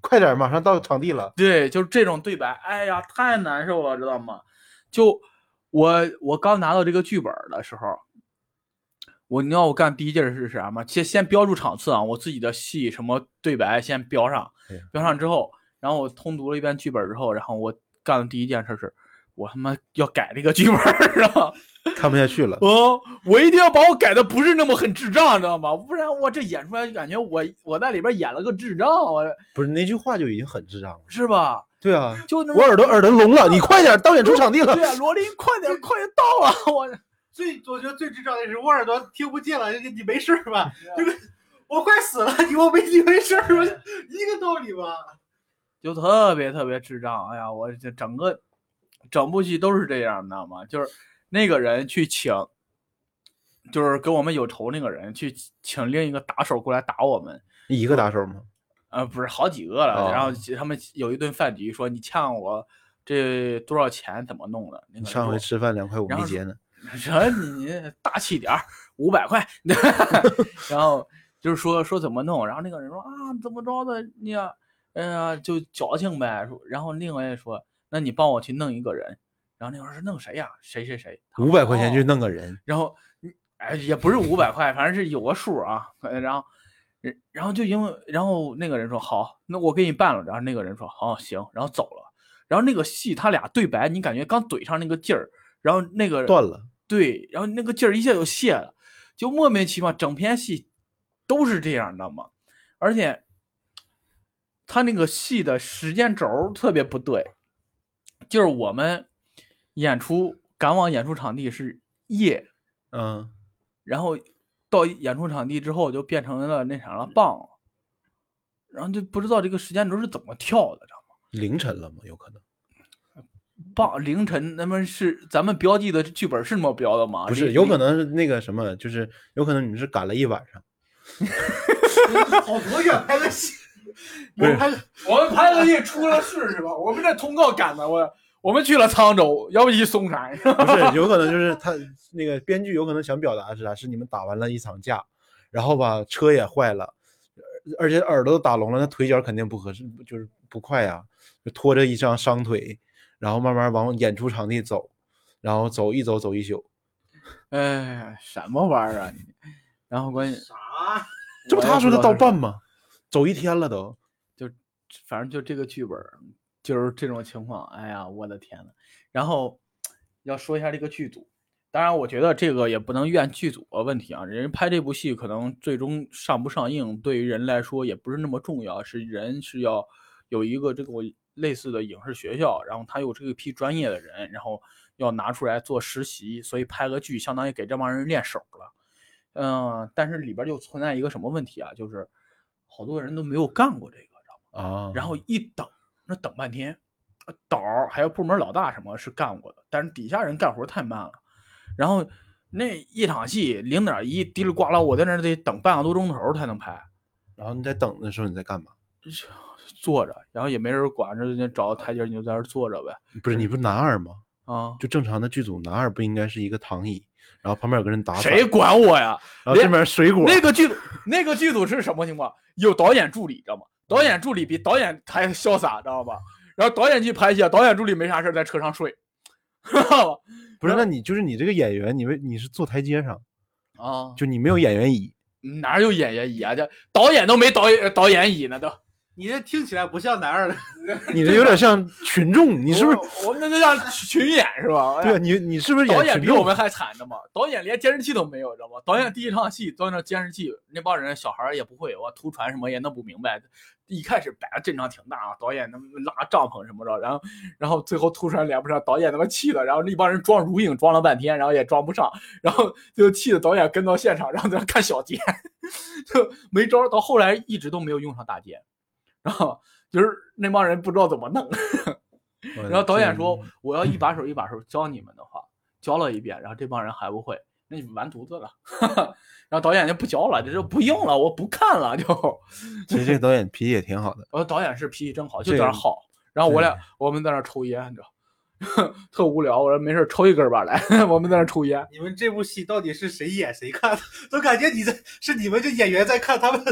快点，马上到场地了。 对，就是这种对白，哎呀，太难受了，知道吗？就我刚拿到这个剧本的时候，你知道我干第一件事是啥吗？先标注场次啊，我自己的戏什么对白先标上，标上之后，然后我通读了一遍剧本之后，然后我干的第一件事是，我他妈要改这个剧本，知道吗？ 看不下去了。 我一定要把我改的不是那么很智障，知道吗？不然我这演出来就感觉我在里边演了个智障， 不是那句话就已经很智障了， 是吧？ 对啊， 就我耳朵聋了，你快点到演出场地了。 对啊，罗琳，快点到了，我觉得最智障的是我耳朵听不见了，你没事吧？就是我快死了，你没事吧？一个道理吧。 就特别特别智障。哎呀，我这整部戏都是这样，你知道吗？就是那个人去请，就是跟我们有仇那个人去请另一个打手过来打我们。 一个打手吗？ 不是好几个了。然后他们有一顿饭局，说你欠我这多少钱，怎么弄的？那个上回吃饭2块5没结呢。 说你大气点，500块。然后就是说怎么弄，然后那个人说啊怎么着的你就矫情呗。然后另外人说那你帮我去弄一个人。然后那个人说弄谁呀？谁 500块钱去弄个人。 然后也不是500块，反正是有个数啊。然后就因为然后那个人说好，那我给你办了。然后那个人说好行，然后走了。然后那个戏他俩对白，你感觉刚怼上那个劲儿，然后那个断了。 对，然后那个劲儿一下就泄了，就莫名其妙，整篇戏都是这样的嘛。而且他那个戏的时间轴特别不对，就是我们赶往演出场地是夜，然后到演出场地之后就变成了那啥了傍了，然后就不知道这个时间轴是怎么跳的，知道吗？ 凌晨了吗？有可能。 凌晨，那么是咱们标记的剧本是那么标的吗？ 不是，有可能是那个什么，就是有可能你们是赶了一晚上。 好多远拍的戏， 我们拍的戏出了事是吧？我们这通告赶的，我们去了沧州，要不去嵩山。 不是，有可能就是他那个编剧有可能想表达的是啥？是你们打完了一场架，然后吧车也坏了，而且耳朵都打聋了，那腿脚肯定不合适，就是不快呀，就拖着一张伤腿。然后慢慢往演出场地走，然后走一宿。 哎，什么玩意儿啊你？然后关键啥？ 这不他说的到办吗？走1天了都。 就反正就这个剧本就是这种情况。哎呀，我的天呐。然后要说一下这个剧组，当然我觉得这个也不能怨剧组的问题啊。人拍这部戏可能最终上不上映，对于人来说也不是那么重要，人是要有一个这个类似的影视学校，然后他有这一批专业的人，然后要拿出来做实习，所以拍个剧相当于给这帮人练手了。但是里边就存在一个什么问题啊？就是好多人都没有干过这个，知道吗？然后一等半天，导还有部门老大什么是干过的，但是底下人干活太慢了。然后那一场戏0.1滴里呱啦，我在那得等半个多钟头才能拍。 然后你在等的时候你在干嘛？ 坐着，然后也没人管着，找台阶你就在那坐着呗。 不是，你不是男二吗？ 就正常的剧组男二不应该是一个躺椅，然后旁边有个人打伞？ 谁管我呀？ 然后这边水果。 那个剧组是什么情况？有导演助理，知道吗？导演助理比导演还潇洒，知道吧？然后导演去拍戏，导演助理没啥事在车上睡。 不是，那你就是你这个演员，你是坐台阶上就你没有演员椅。 哪有演员椅啊？这导演都没导演椅呢都。 你这听起来不像男二的， 你这有点像群众，你是不是？ 我们那叫群演是吧？ 对，你是不是导演比我们还惨的嘛？导演连监视器都没有，知道吗？导演第一场戏装上监视器，那帮人小孩也不会，我图传什么也弄不明白。一开始摆的阵仗挺大啊，导演他们拉帐篷什么的，然后最后图传连不上，导演他妈气的，然后那帮人装如影装了半天，然后也装不上，然后就气的导演跟到现场，然后在那看小监，就没招。到后来一直都没有用上大监。然后就是那帮人不知道怎么弄，然后导演说我要一把手教你们的话，教了一遍，然后这帮人还不会，那你完犊子了。然后导演就不教了，这就不用了，我不看了就。 其实这个导演脾气也挺好的。 导演是脾气真好，就在那耗。然后我们在那抽烟，你知道，特无聊。我说没事抽一根吧，来，我们在那抽烟。 你们这部戏到底是谁演谁看？都感觉是你们这演员在看他们。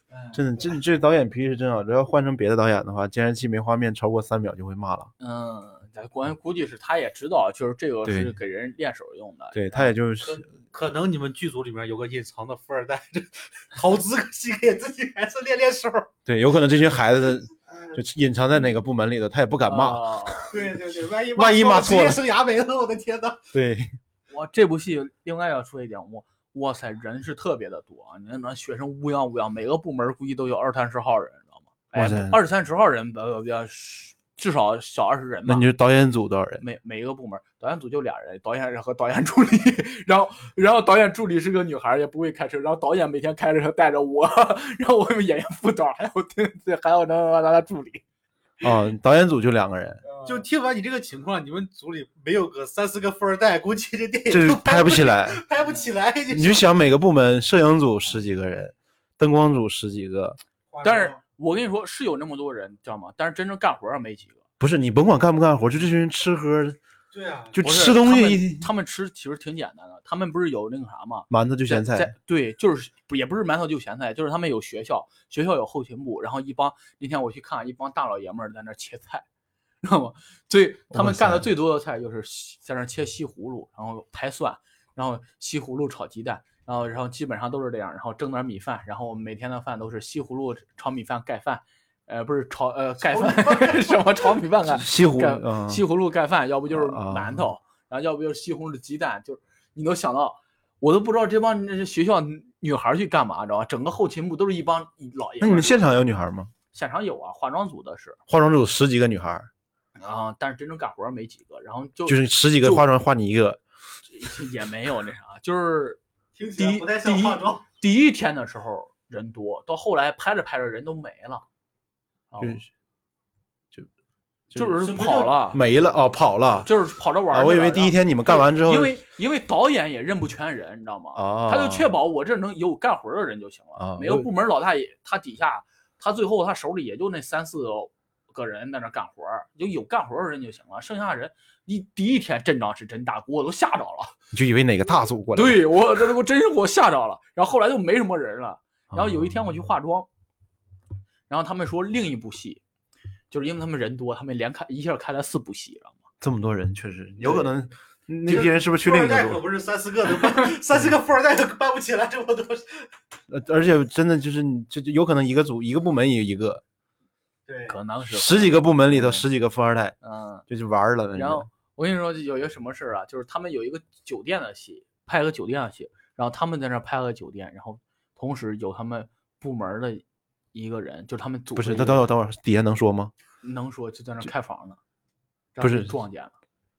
真的，这导演脾气是真好。只要换成别的导演的话，监视器没画面超过3秒就会骂了。 咱估计是他也知道，就是这个对是给人练手用的。 对，他也就是可能你们剧组里面有个隐藏的富二代，投资个戏给自己孩子练手。 对，有可能这群孩子就隐藏在哪个部门里头，他也不敢骂。 对， 万一骂错了， 职业生涯没了，我的天呐。 对， 我这部戏另外要说一点，哇塞，人是特别的多啊！你看那学生乌泱乌泱，每个部门估计都有20-30号人，知道吗？ 哇塞 20-30号人，至少小20人吧。 那你就导演组多少人？ 每一个部门，导演组就俩人，导演和导演助理，然后导演助理是个女孩，也不会开车，然后导演每天开着车带着我，然后我有演员副导，还有他的助理。 导演组就2个人， 就听完你这个情况，你们组里没有个3-4个富二代，估计这电影这拍不起来， 拍不起来。 你就想每个部门，摄影组10几个人，灯光组10几个， 但是我跟你说是有那么多人，知道吗？但是真正干活没几个。 不是你甭管干不干活，就这群人吃喝， 对啊， 就吃东西， 他们吃其实挺简单的，他们不是有那个啥吗？ 馒头就咸菜。 对，就是也不是馒头就咸菜，就是他们有学校有后勤部，然后那天我去看一帮大老爷们儿在那切菜，知道吗？他们干的最多的菜就是在那切西葫芦，然后拍蒜，然后西葫芦炒鸡蛋，然后基本上都是这样，然后蒸点米饭，然后我们每天的饭都是西葫芦炒米饭盖饭。不是盖饭，什么炒米饭啊？ 西葫芦盖饭，要不就是馒头，然后要不就是西红柿鸡蛋，就是你能想到，我都不知道这帮学校女孩去干嘛，知道吧？整个后勤部都是一帮老爷。 那你们现场有女孩吗？ 现场有啊，化妆组的是。 化妆组10几个女孩， 但是真正干活没几个，然后就是10几个化妆画你一个， 也没有那啥，就是第一天的时候人多，到后来拍着拍着人都没了。就是跑了， 没了跑了， 就是跑着玩。 我以为第一天你们干完之后， 因为导演也认不全人，你知道吗？他就确保我这能有干活的人就行了。每个部门老大爷他底下，他最后他手里也就那3-4个人在那干活，就有干活的人就行了。剩下人，第一天阵仗是真大，我都吓着了。 你就以为哪个大组过来？ 对，我真是给我吓着了。然后后来就没什么人了。然后有一天我去化妆。然后他们说另一部戏，就是因为他们人多，他们一下开了4部戏，知道吗？ 这么多人确实有可能，那些人是不是去另一个组？ 可不是3-4个都3-4个富二代都办不起来这么多。 而且真的就是就有可能一个组一个部门也有一个， 对， 可能是 10几个部门里头10几个富二代，就玩了。 然后我跟你说有一个什么事啊，就是他们有一个酒店的戏，拍个酒店的戏，然后他们在那拍个酒店，然后同时有他们部门的。一个人就是他们组， 不是，等会儿，底下能说吗？ 能说，就在那开房呢， 不是撞见了。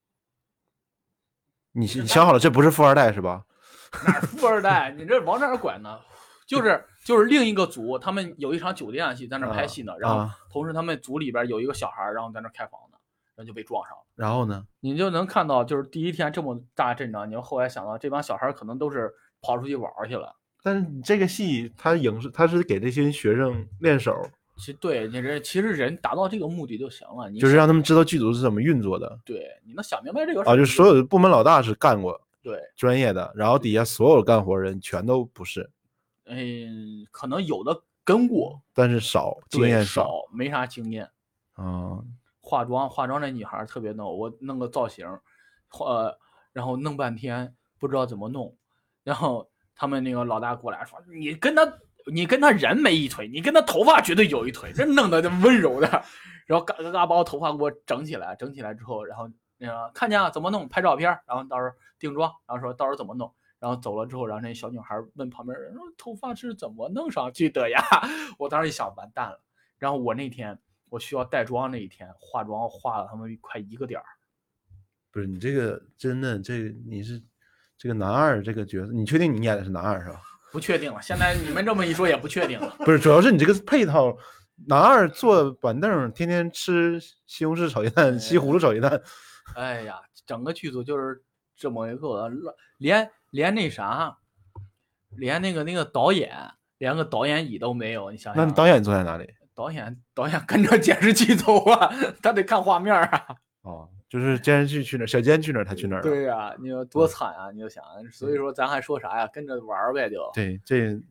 你想好了，这不是富二代是吧？ 哪是富二代？你这往哪儿拐呢？就是另一个组，他们有一场酒店戏在那拍戏呢，然后同时他们组里边有一个小孩，然后在那开房呢，然后就被撞上了。 然后呢？ 你就能看到，就是第一天这么大阵仗，你们后来想到这帮小孩可能都是跑出去玩去了。 但是你这个戏，它是给这些学生练手。 其实人达到这个目的就行了， 就是让他们知道剧组是怎么运作的。 对，你能想明白这个事就是所有的部门老大是干过， 对， 专业的，然后底下所有干活人全都不是。 可能有的跟过， 但是经验少，没啥经验。化妆那女孩特别弄，我弄个造型，然后弄半天不知道怎么弄，然后。他们那个老大过来说：“你跟他人没一腿，你跟他头发绝对有一腿，这弄得温柔的。”然后嘎嘎嘎把我头发给我整起来之后，然后那个看见怎么弄，拍照片，然后到时候定妆，然后说到时候怎么弄，然后走了之后，然后那小女孩问旁边人说：“头发是怎么弄上去的呀？”我当时一想，完蛋了。然后我那天我需要带妆那一天，化妆化了他们快1个点儿。 不是你这个真的你是。这个男二这个角色，你确定你演的是男二是吧？ 不确定了，现在你们这么一说也不确定了。 不是，主要是你这个配套，男二坐板凳，天天吃西红柿炒鸡蛋、西葫芦炒鸡蛋。 哎呀，整个剧组就是这么一个，连那啥，连那个导演，连个导演椅都没有，你想想。 那导演坐在哪里？ 导演跟着监视器走啊，他得看画面啊。 就是监视器去哪，小监去哪，他去哪儿。 对呀，你说多惨啊！你就想，所以说咱还说啥呀？跟着玩呗，就。 对，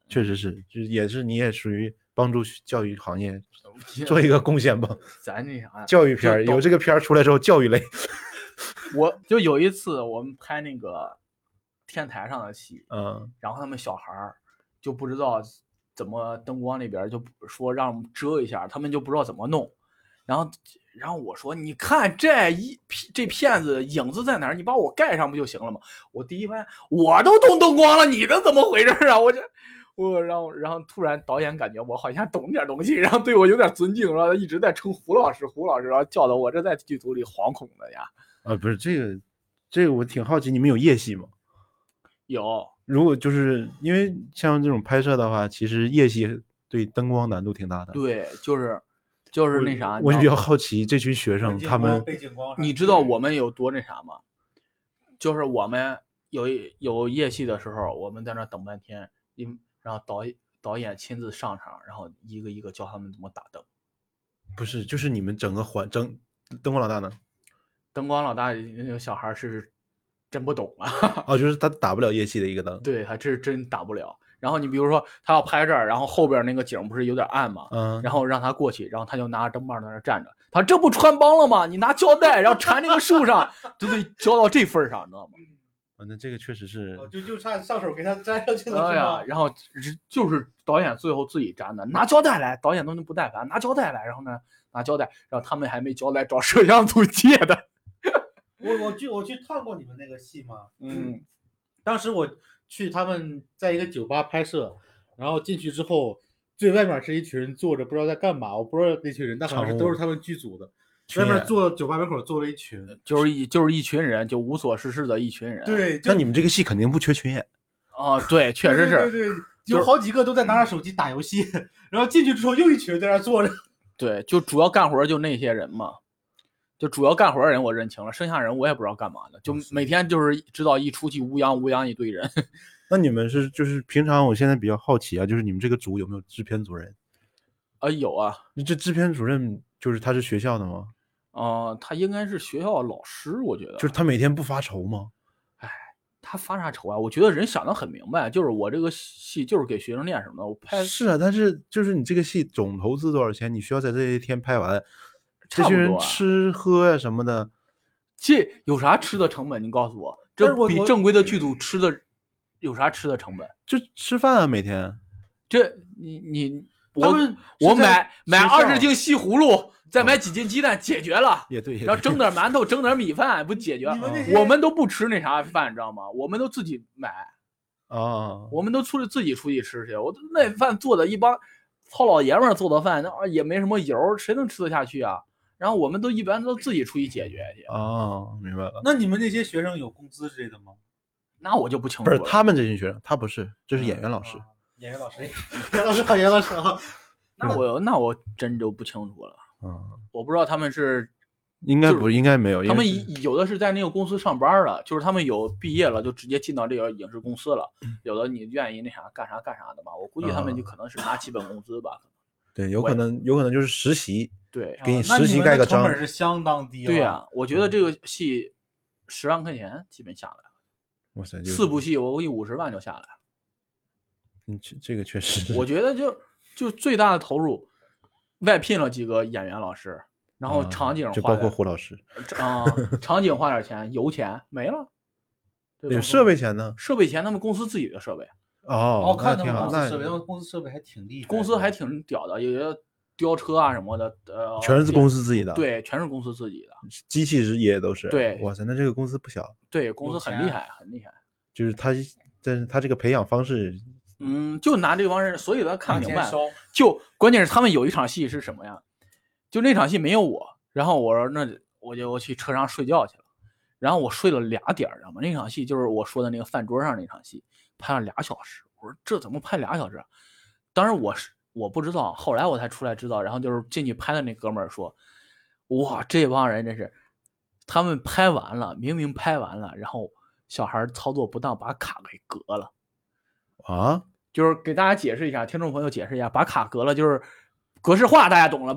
确实是，就是你也属于帮助教育行业做一个贡献吧。 咱那啥， 教育片儿有这个片儿出来之后，教育类。 我就有一次我们拍那个天台上的戏，然后他们小孩儿就不知道怎么灯光那边就说让我们遮一下，他们就不知道怎么弄，然后我说你看这片子影子在哪儿，你把我盖上不就行了吗？我第一反应我都动灯光了，你这怎么回事啊？然后突然导演感觉我好像懂点东西，然后对我有点尊敬，然后一直在称胡老师，然后叫的我这在剧组里惶恐的呀。 不是这个我挺好奇，你们有夜戏吗？ 有。 如果就是因为像这种拍摄的话，其实夜戏对灯光难度挺大的。 对，就是那啥。 我就比较好奇这群学生他们， 你知道我们有多那啥吗？就是我们有夜戏的时候，我们在那等半天，然后导演亲自上场，然后一个一个教他们怎么打灯。 不是，就是你们整个灯光老大呢？ 灯光老大那个小孩是真不懂啊。 就是他打不了夜戏的一个灯。 对，他这是真打不了。然后你比如说他要拍这儿，然后后边那个景不是有点暗嘛，然后让他过去，然后他就拿着灯棒在那站着，他这不穿帮了吗？你拿胶带然后缠那个树上，就得胶到这份上，你知道吗？ 那这个确实是， 就差上手给他粘上去了。 哎呀，然后就是导演最后自己粘的，拿胶带来，导演都不带烦，拿胶带来，然后呢拿胶带，然后他们还没胶带找摄像组借的。 我去看过你们那个戏嘛，当时我去他们在一个酒吧拍摄，然后进去之后，最外面是一群人坐着，不知道在干嘛，我不知道那群人，但好像都是他们剧组的。外面酒吧门口坐了一群， 就是一群人，就无所事事的一群人。 对， 那你们这个戏肯定不缺群演。 对，确实是。 对，有好几个都在拿着手机打游戏，然后进去之后又一群在那坐着。 对，就主要干活就那些人嘛。就主要干活的人我认清了，剩下人我也不知道干嘛的，就每天就是知道一出去乌泱一堆人。 那你们就是平常我现在比较好奇啊，就是你们这个组有没有制片主任？ 有啊。 这制片主任就是他是学校的吗？ 他应该是学校老师，我觉得。 就是他每天不发愁吗？ 他发啥愁啊？我觉得人想得很明白，就是我这个戏就是给学生练什么的，我拍。 是啊，但是就是你这个戏总投资多少钱？你需要在这一天拍完。这些人吃喝呀什么的， 这有啥吃的成本？你告诉我，这比正规的剧组吃的有啥吃的成本？ 就吃饭啊，每天。 这我买20斤西葫芦，再买几斤鸡蛋，解决了。 也对。 然后蒸点馒头，蒸点米饭，不解决？我们都不吃那啥饭，你知道吗？我们都自己买。我们都自己出去吃去。我那饭做的一帮糙老爷们做的饭，也没什么油，谁能吃得下去啊？然后我们一般都自己出去解决去。 明白了。 那你们那些学生有工资之类的吗？ 那我就不清楚了。 不是他们这群学生，他不是，这是演员老师。 演员老师好，演员老师好。 那我真就不清楚了。我不知道他们是应该没有。 他们有的是在那个公司上班的，就是他们有毕业了就直接进到这个影视公司了。有的你愿意那啥干啥的吧。我估计他们就可能是拿基本工资吧。 对，有可能就是实习。 对， 给你实习盖个章。 成本是相当低。 对呀，我觉得这个戏10万块钱基本下来了。 哇塞 ，4部戏我估计50万就下来了。 这个确实。 我觉得就最大的投入，外聘了几个演员老师，然后场景就包括胡老师场景花点钱，油钱没了。 有设备钱呢？ 设备钱他们公司自己的设备。 看他们公司设备，他们公司设备还挺厉害， 公司还挺屌的，有些吊车啊什么的， 全是公司自己的。 对，全是公司自己的， 机器也都是。 对， 哇塞，那这个公司不小。 对，公司很厉害，很厉害。 就是他这个培养方式， 就拿这个方式，所以他看明白。就关键是他们有一场戏是什么呀？就那场戏没有我，然后我说那我去车上睡觉去了，然后我睡了2点，知道吗？那场戏就是我说的那个饭桌上那场戏，拍了2小时。我说这怎么拍2小时？当时我不知道，后来我才出来知道。然后就是进去拍的那哥们儿说：“哇，这帮人真是，他们拍完了，明明拍完了，然后小孩操作不当，把卡给革了。”就是给大家解释一下，听众朋友解释一下，把卡革了就是格式化，大家懂了吧？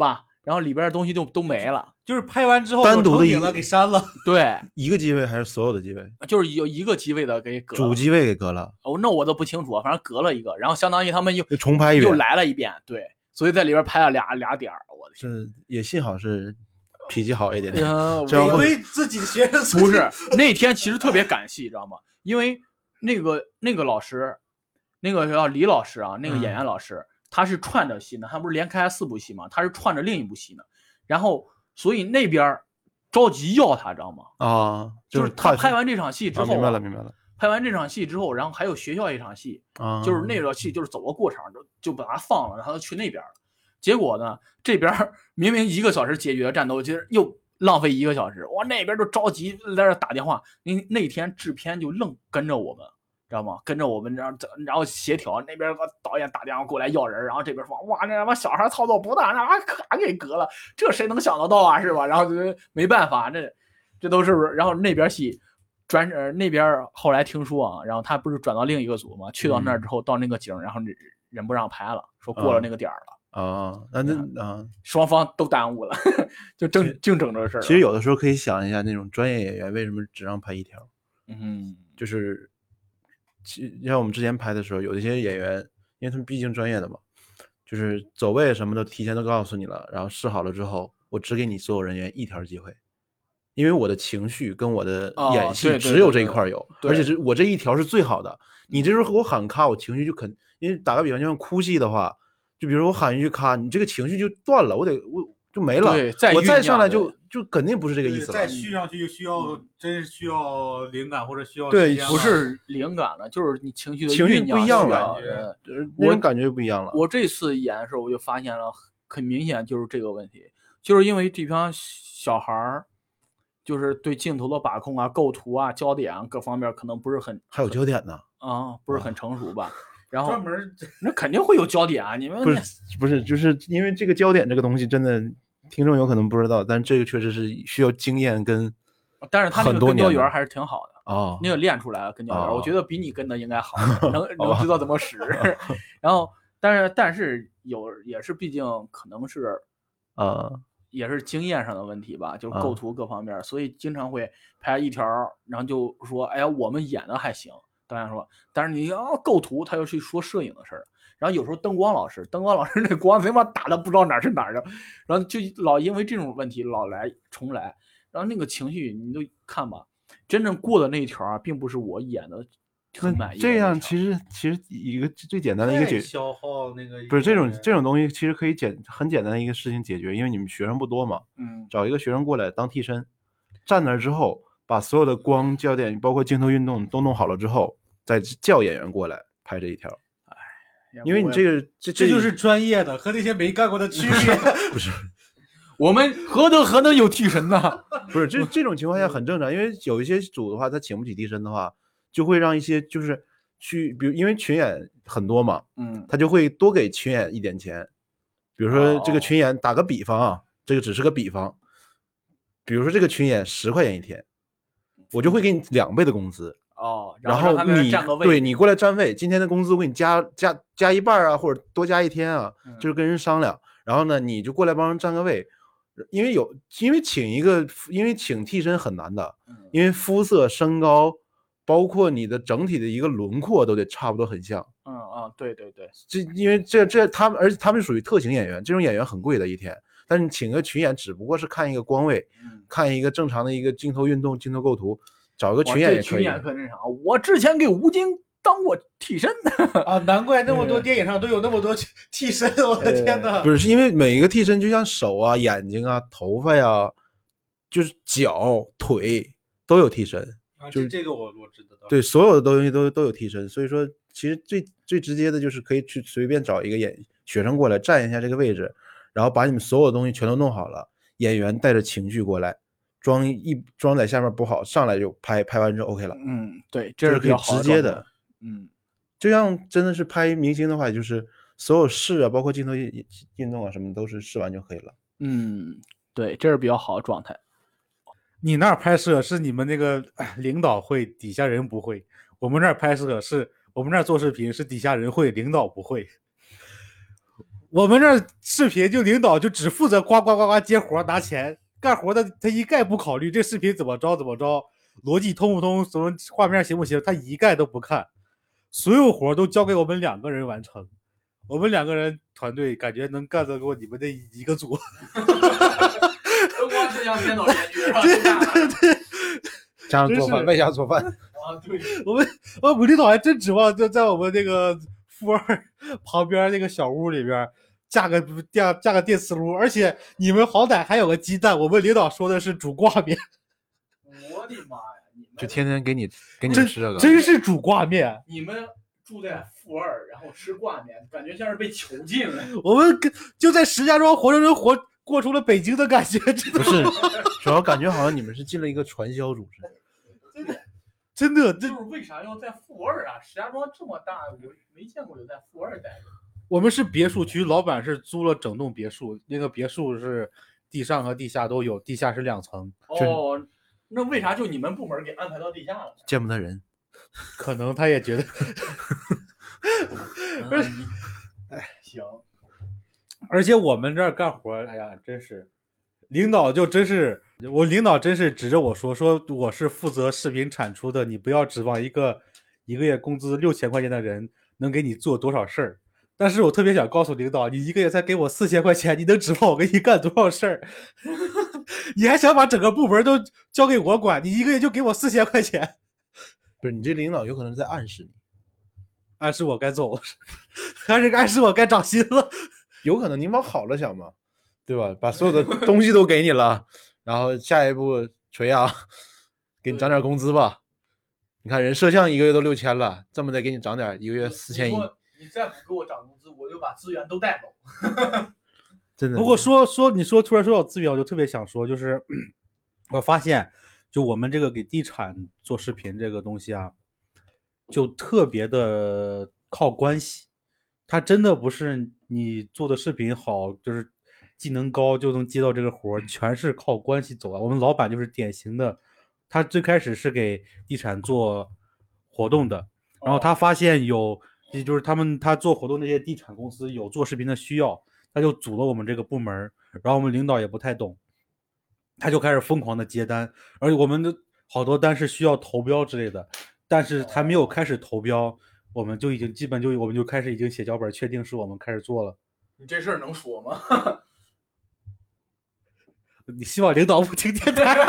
然后里边的东西就都没了。 就是拍完之后单独的一成品了给删了。 对， 一个机位还是所有的机位？ 就是有一个机位的给革了。 主机位给革了， 那我都不清楚，反正革了一个，然后相当于他们又就重拍一遍， 又来了一遍，对，所以在里边拍了俩点儿，我的天。 是也幸好是脾气好一点点，这违样规自己的学生不是那天其实特别感谢，知道吗？因为那个老师，那个叫李老师啊，那个演员老师，他是串着戏呢，他不是连开4部戏吗？他是串着另一部戏呢，然后所以那边着急要他，知道吗？ 啊， 就是他拍完这场戏之后， 明白了明白了， 拍完这场戏之后，然后还有学校一场戏，就是那个戏就是走个过场就把他放了，然后他去那边了。结果呢，这边明明1个小时解决的战斗，其实又浪费1个小时。哇，那边就着急在那打电话。那天制片就愣跟着我们，知道吗？跟着我们，然后协调。那边个导演打电话过来要人，然后这边说哇，那他妈小孩操作不当，那卡给革了，这谁能想得到啊，是吧？然后就没办法，这都是。然后那边戏那边后来听说啊，然后他不是转到另一个组吗？去到那儿之后，到那个景，然后人不让拍了，说过了那个点了。双方都耽误了，就净整这事儿。 其实有的时候可以想一下，那种专业演员为什么只让拍1条？就是像我们之前拍的时候，有一些演员，因为他们毕竟专业的嘛，就是走位什么的提前都告诉你了，然后试好了之后，我只给你所有人员1条机会，因为我的情绪跟我的演戏只有这一块有，而且我这1条是最好的。你这时候和我喊咔，我情绪就因为打个比方，就像哭戏的话。就比如我喊一句咔，你这个情绪就断了，我就没了。我再上来就肯定不是这个意思了。 再续上去就真需要灵感或者需要对，不是灵感了，就是你情绪不一样了，那种感觉不一样了。 我这次演的时候我就发现了，很明显就是这个问题，就是因为这帮小孩儿，就是对镜头的把控啊、构图啊、焦点啊各方面可能不是很， 还有焦点呢不是很成熟吧。然后专门那肯定会有焦点啊！你们不是，就是因为这个焦点这个东西，真的听众有可能不知道，但这个确实是需要经验跟， 但是他那个跟焦源还是挺好的哦， 那个练出来了跟焦源，我觉得比你跟的应该好，能知道怎么使。然后，但是也是，毕竟可能是也是经验上的问题吧，就是构图各方面，所以经常会拍1条，然后就说哎呀，我们演的还行。导演说，但是你要构图，他又去说摄影的事儿。然后有时候灯光老师那光他妈打的不知道哪是哪儿的，然后就老因为这种问题老来重来，然后那个情绪你都看吧，真正过的那一条啊，并不是我演的很满意。 这样其实一个最简单的一个消耗那个不是这种东西，其实可以很简单的一个事情解决，因为你们学生不多嘛，找一个学生过来当替身，站那之后。把所有的光焦点包括镜头运动都弄好了之后，再叫演员过来拍这1条。因为你这就是专业的，和那些没干过的区别。 不是， 我们何能有替身呢？ 不是，这种情况下很正常，因为有一些组的话，他请不起替身的话，就会让一些就是比如因为群演很多嘛，他就会多给群演一点钱。比如说这个群演打个比方啊，这个只是个比方，比如说这个群演10块钱一天。我就会给你2倍的工资然后你过来占位，今天的工资我给你加1半啊，或者多加1天啊，就是跟人商量。然后呢，你就过来帮人占个位，因为请替身很难的，因为肤色、身高，包括你的整体的一个轮廓都得差不多很像。 对， 因为而且他们属于特型演员，这种演员很贵的一天。但是你请个群演只不过是看一个光位，看一个正常的一个镜头运动、镜头构图，找个群演也可以。 群演可那啥，我之前给吴京当过替身啊，难怪那么多电影上都有那么多替身，我的天哪！ 不是因为每一个替身，就像手啊、眼睛啊、头发呀，就是脚、腿都有替身。就是这个我知道。 对，所有的东西都有替身，所以说其实最直接的就是可以去随便找一个学生过来站一下这个位置。然后把你们所有的东西全都弄好了，演员带着情绪过来，装在下面不好，上来就拍完之后 OK 了。 对， 这是可以直接的。就像真的是拍明星的话，就是所有试啊，包括镜头运动啊什么都是试完就可以了。 对，这是比较好的状态。 你那儿拍摄是你们那个领导会，底下人不会；我们那儿拍摄是我们那儿做视频是底下人会，领导不会。 我们这视频就领导就只负责呱呱呱呱接活拿钱，干活的他一概不考虑这视频怎么着，逻辑通不通，什么画面行不行，他一概都不看，所有活都交给我们2个人完成。我们2个人团队感觉能干得过你们的一个组。 灯光摄像电脑连续， 对， 加上做饭，外加做饭。 啊，对， 我们领导还真指望就在我们那个负2旁边那个小屋里边架个电磁炉，而且你们好歹还有个鸡蛋，我们领导说的是煮挂面。 我的妈呀！你们就天天给你们吃这个， 真是煮挂面。 你们住在负2，然后吃挂面，感觉像是被囚禁了。 我们就在石家庄活生生过出了北京的感觉，真的不是，主要感觉好像你们是进了一个传销组织。 真的， 就是为啥要在负2啊？石家庄这么大，我没见过有在负2待的。 我们是别墅区，老板是租了整栋别墅，那个别墅是地上和地下都有，地下是2层。 哦，那为啥就你们部门给安排到地下了？ 见不得人， 可能他也觉得， 行。 而且我们这儿干活，哎呀，真是，领导就真是，我领导真是指着我说我是负责视频产出的，你不要指望一个月工资6000块钱的人能给你做多少事儿。但是我特别想告诉领导，你一个月才给我4000块钱，你能指望我给你干多少事儿？你还想把整个部门都交给我管？你一个月就给我4000块钱？ 不是你这领导有可能在暗示你， 暗示我该走了，还是暗示我该涨薪了？ 有可能你往好了想嘛，对吧？把所有的东西都给你了，然后下一步锤啊，给你涨点工资吧。你看人摄像一个月都6000了，这么得给你涨点，一个月4100。 你再不给我涨工资，我就把资源都带走。 真的。 不过你突然说到资源，我就特别想说，就是我发现，就我们这个给地产做视频这个东西啊，就特别的靠关系。它真的不是你做的视频好，就是技能高就能接到这个活，全是靠关系走啊。我们老板就是典型的，他最开始是给地产做活动的，然后他发现就是他做活动那些地产公司有做视频的需要，他就组了我们这个部门，然后我们领导也不太懂，他就开始疯狂的接单，而且我们的好多单是需要投标之类的，但是还没有开始投标，我们就已经我们就开始已经写脚本，确定是我们开始做了。 你这事儿能说吗？ 你希望领导不听电台？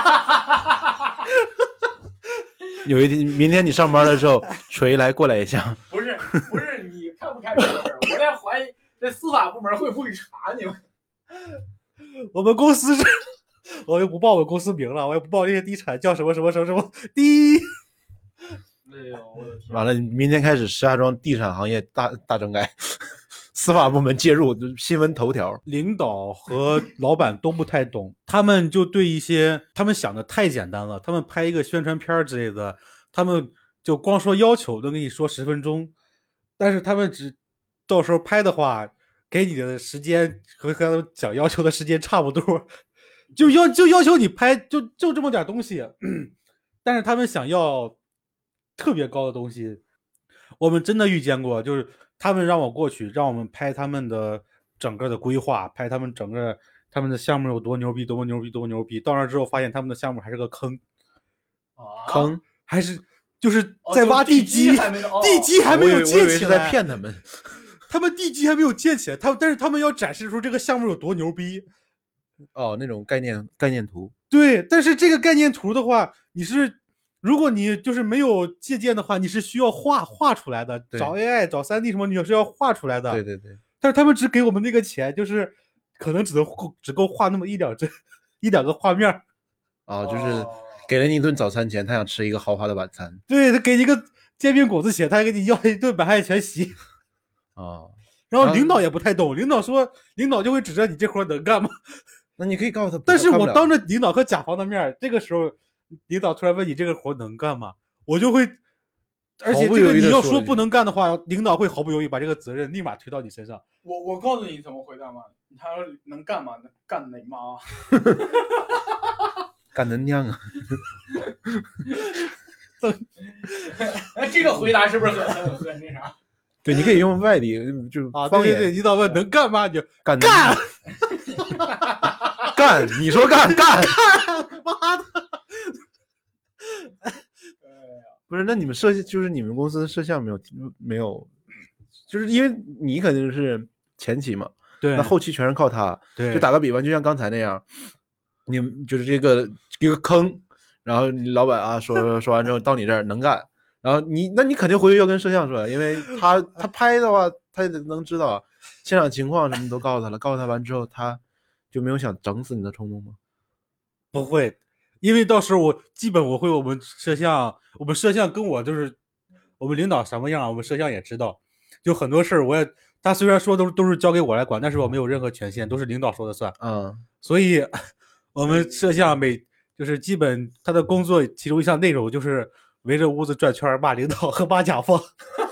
有一天，明天你上班的时候，锤过来一下。 不是，你看不开这个事儿，我在怀疑这司法部门会不会查你们。 我们公司是，我又不报我们公司名了，我也不报这些地产叫什么第一。 哎呦，我的天！ 完了，明天开始石家庄地产行业大整改，司法部门介入，新闻头条。 领导和老板都不太懂，他们就对一些他们想的太简单了，他们拍一个宣传片之类的，他们就光说要求能跟你说10分钟，但是他们到时候拍的话，给你的时间和他们讲要求的时间差不多，就要求你拍就这么点东西，但是他们想要特别高的东西。我们真的遇见过，就是他们让我过去，让我们拍他们的整个的规划，拍他们的项目有多牛逼，多么牛逼，多么牛逼。到那之后发现他们的项目还是个坑， 坑还是就是在挖地基，地基还没有建起来， 是在骗他们。 他们地基还没有建起来，但是他们要展示出这个项目有多牛逼。 哦，那种概念图。 对，但是这个概念图的话，如果你就是没有借鉴的话，你是需要画出来的，找 AI 找3D 什么，你是要画出来的。 对对对。 但是他们只给我们那个钱，就是可能只够画那么1-2个画面。 啊，就是给了你一顿早餐钱，他想吃一个豪华的晚餐。 对，他给你一个煎饼果子钱，他还给你要一顿满汉全席。 啊， 然后领导也不太懂，领导就会指着你这活能干吗？ 那你可以告诉他。 但是我当着领导和甲方的面，这个时候领导突然问你这个活能干吗？我就会，而且这个你要说不能干的话，领导会毫不犹豫把这个责任立马推到你身上。 我告诉你怎么回答吗？他说能干吗？干哪妈？ 干能娘啊！ 这个回答是不是很那啥？ 对，你可以用外地就是啊， 方言对对对，领导问能干吗？你就干干， 干，你说干干， 妈的！ 不是？那你们就是你们公司的摄像没有，就是因为你肯定是前期嘛， 对那后期全是靠他。 对， 就打个比方，就像刚才那样，你们就是这个一个坑，然后你老板啊说完之后到你这儿能干，然后你肯定回去要跟摄像说，因为他拍的话，他也能知道现场情况什么都告诉他了，告诉他完之后，他就没有想整死你的冲动吗？ 不会，因为到时候我会我们摄像跟我就是我们领导什么样，我们摄像也知道，就很多事儿他虽然说都是交给我来管，但是我没有任何权限，都是领导说的算。 嗯， 所以我们摄像就是基本他的工作其中一项内容就是围着屋子转圈骂领导和骂甲方。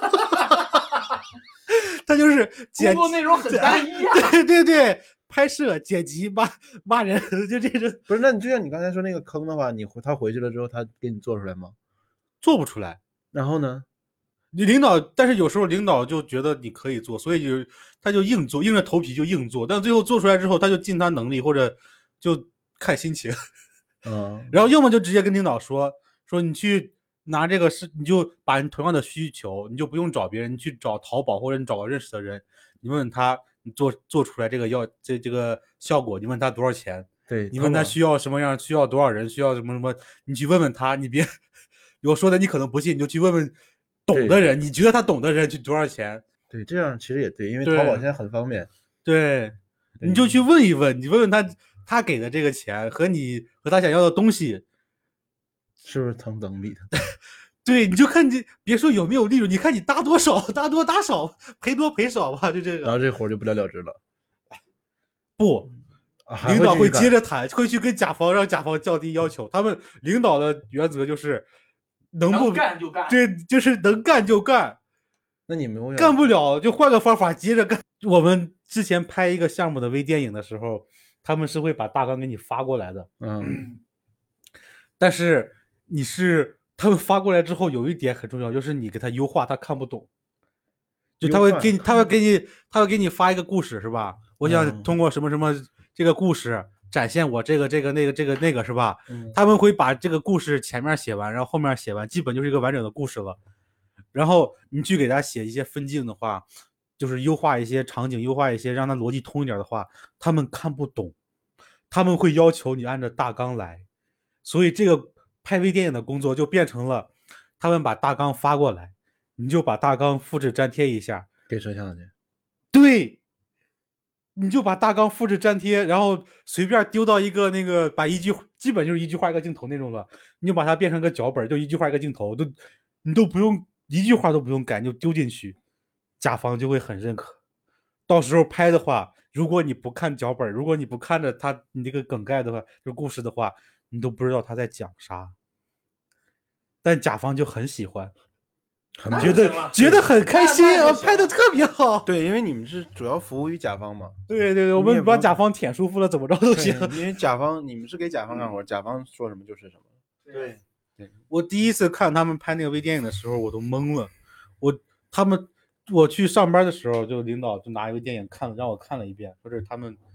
他就是工作内容很单一啊。 对对对，拍摄、剪辑、骂人，就这种。 不是，那你就像你刚才说那个坑的话，他回去了之后，他给你做出来吗？ 做不出来。 然后呢？ 你领导，但是有时候领导就觉得你可以做，所以他就硬做，硬着头皮就硬做，但最后做出来之后，他就尽他能力，或者就看心情。然后要么就直接跟领导说你去拿这个你就把你同样的需求，你就不用找别人，你去找淘宝或者你找个认识的人，你问他你做出来这个这个效果，你问他多少钱， 对， 你问他需要什么样，需要多少人，需要什么什么，你去问问他，你别我说的你可能不信，你就去问问懂的人，你觉得他懂的人去多少钱？ 对，这样其实也对，因为淘宝现在很方便。 对，你就去问一问，你问问他给的这个钱和他想要的东西是不是成等比的？ 对，你就看你别说有没有利润，你看你搭多少，搭多搭少，赔多赔少吧，就这个。 然后这活就不了了之了。 不，领导会接着谈，会去跟甲方让甲方降低要求。他们领导的原则就是能干就干， 对，就是能干就干。 那你们干不了就换个方法接着干。我们之前拍一个项目的微电影的时候，他们是会把大纲给你发过来的。但是他们发过来之后，有一点很重要，就是你给他优化，他看不懂。就他会给你发一个故事，是吧？我想通过什么什么这个故事展现我这个那个是吧？他们会把这个故事前面写完，然后后面写完，基本就是一个完整的故事了。然后你去给他写一些分镜的话，就是优化一些场景，优化一些让他逻辑通一点的话，他们看不懂，他们会要求你按照大纲来。所以这个拍微电影的工作就变成了，他们把大纲发过来，你就把大纲复制粘贴一下， 给摄像去。 对，你就把大纲复制粘贴，然后随便丢到一个那个，把基本就是一句话一个镜头那种了，你就把它变成个脚本，就一句话一个镜头，你都不用一句话都不用改，你就丢进去，甲方就会很认可。到时候拍的话，如果你不看脚本，如果你不看着你这个梗概的话，就故事的话，你都不知道他在讲啥。但甲方就很喜欢，觉得很开心啊，拍的特别好。 对，因为你们是主要服务于甲方嘛。 对对对，我们把甲方舔舒服了，怎么着都行。 因为你们是给甲方干活，甲方说什么就是什么。 对对，我第一次看他们拍那个微电影的时候，我都懵了。我去上班的时候，就领导就拿一个电影让我看了一遍，说这是他们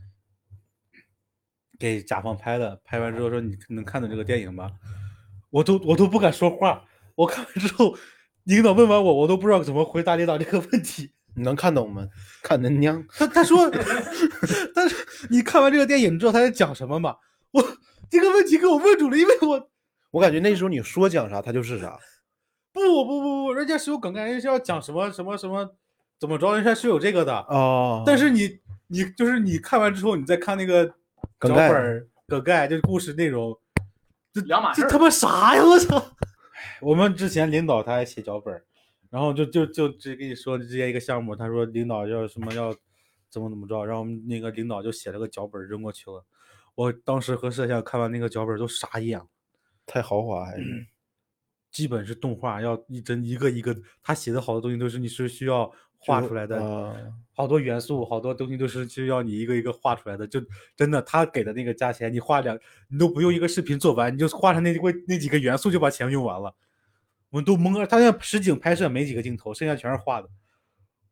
给甲方拍的，拍完之后说你能看懂这个电影吗？我都不敢说话。我看完之后，领导问完我都不知道怎么回答领导这个问题。 你能看懂吗？看你娘！ 他说，但是你看完这个电影，你知道他在讲什么吗？我这个问题给我问住了，因为我感觉那时候你说讲啥，他就是啥。 不，人家是有梗概，人家是要讲什么怎么着，人家是有这个的哦。 但是你就是你看完之后，你再看那个脚本梗概，就是故事内容， 两码事。 这他妈啥呀！我操！我们之前领导他还写脚本，然后就直接跟你说之前一个项目，他说领导要什么要怎么着，然后我们那个领导就写了个脚本扔过去了。我当时和摄像看完那个脚本都傻眼了， 太豪华还是。 基本是动画，要一个一个，他写的好多东西都是你是需要画出来的，好多元素，好多东西都是需要你一个一个画出来的。就真的，他给的那个价钱，你都不用一个视频做完，你就画上那几个元素就把钱用完了。我们都懵了，他那实景拍摄没几个镜头，剩下全是画的。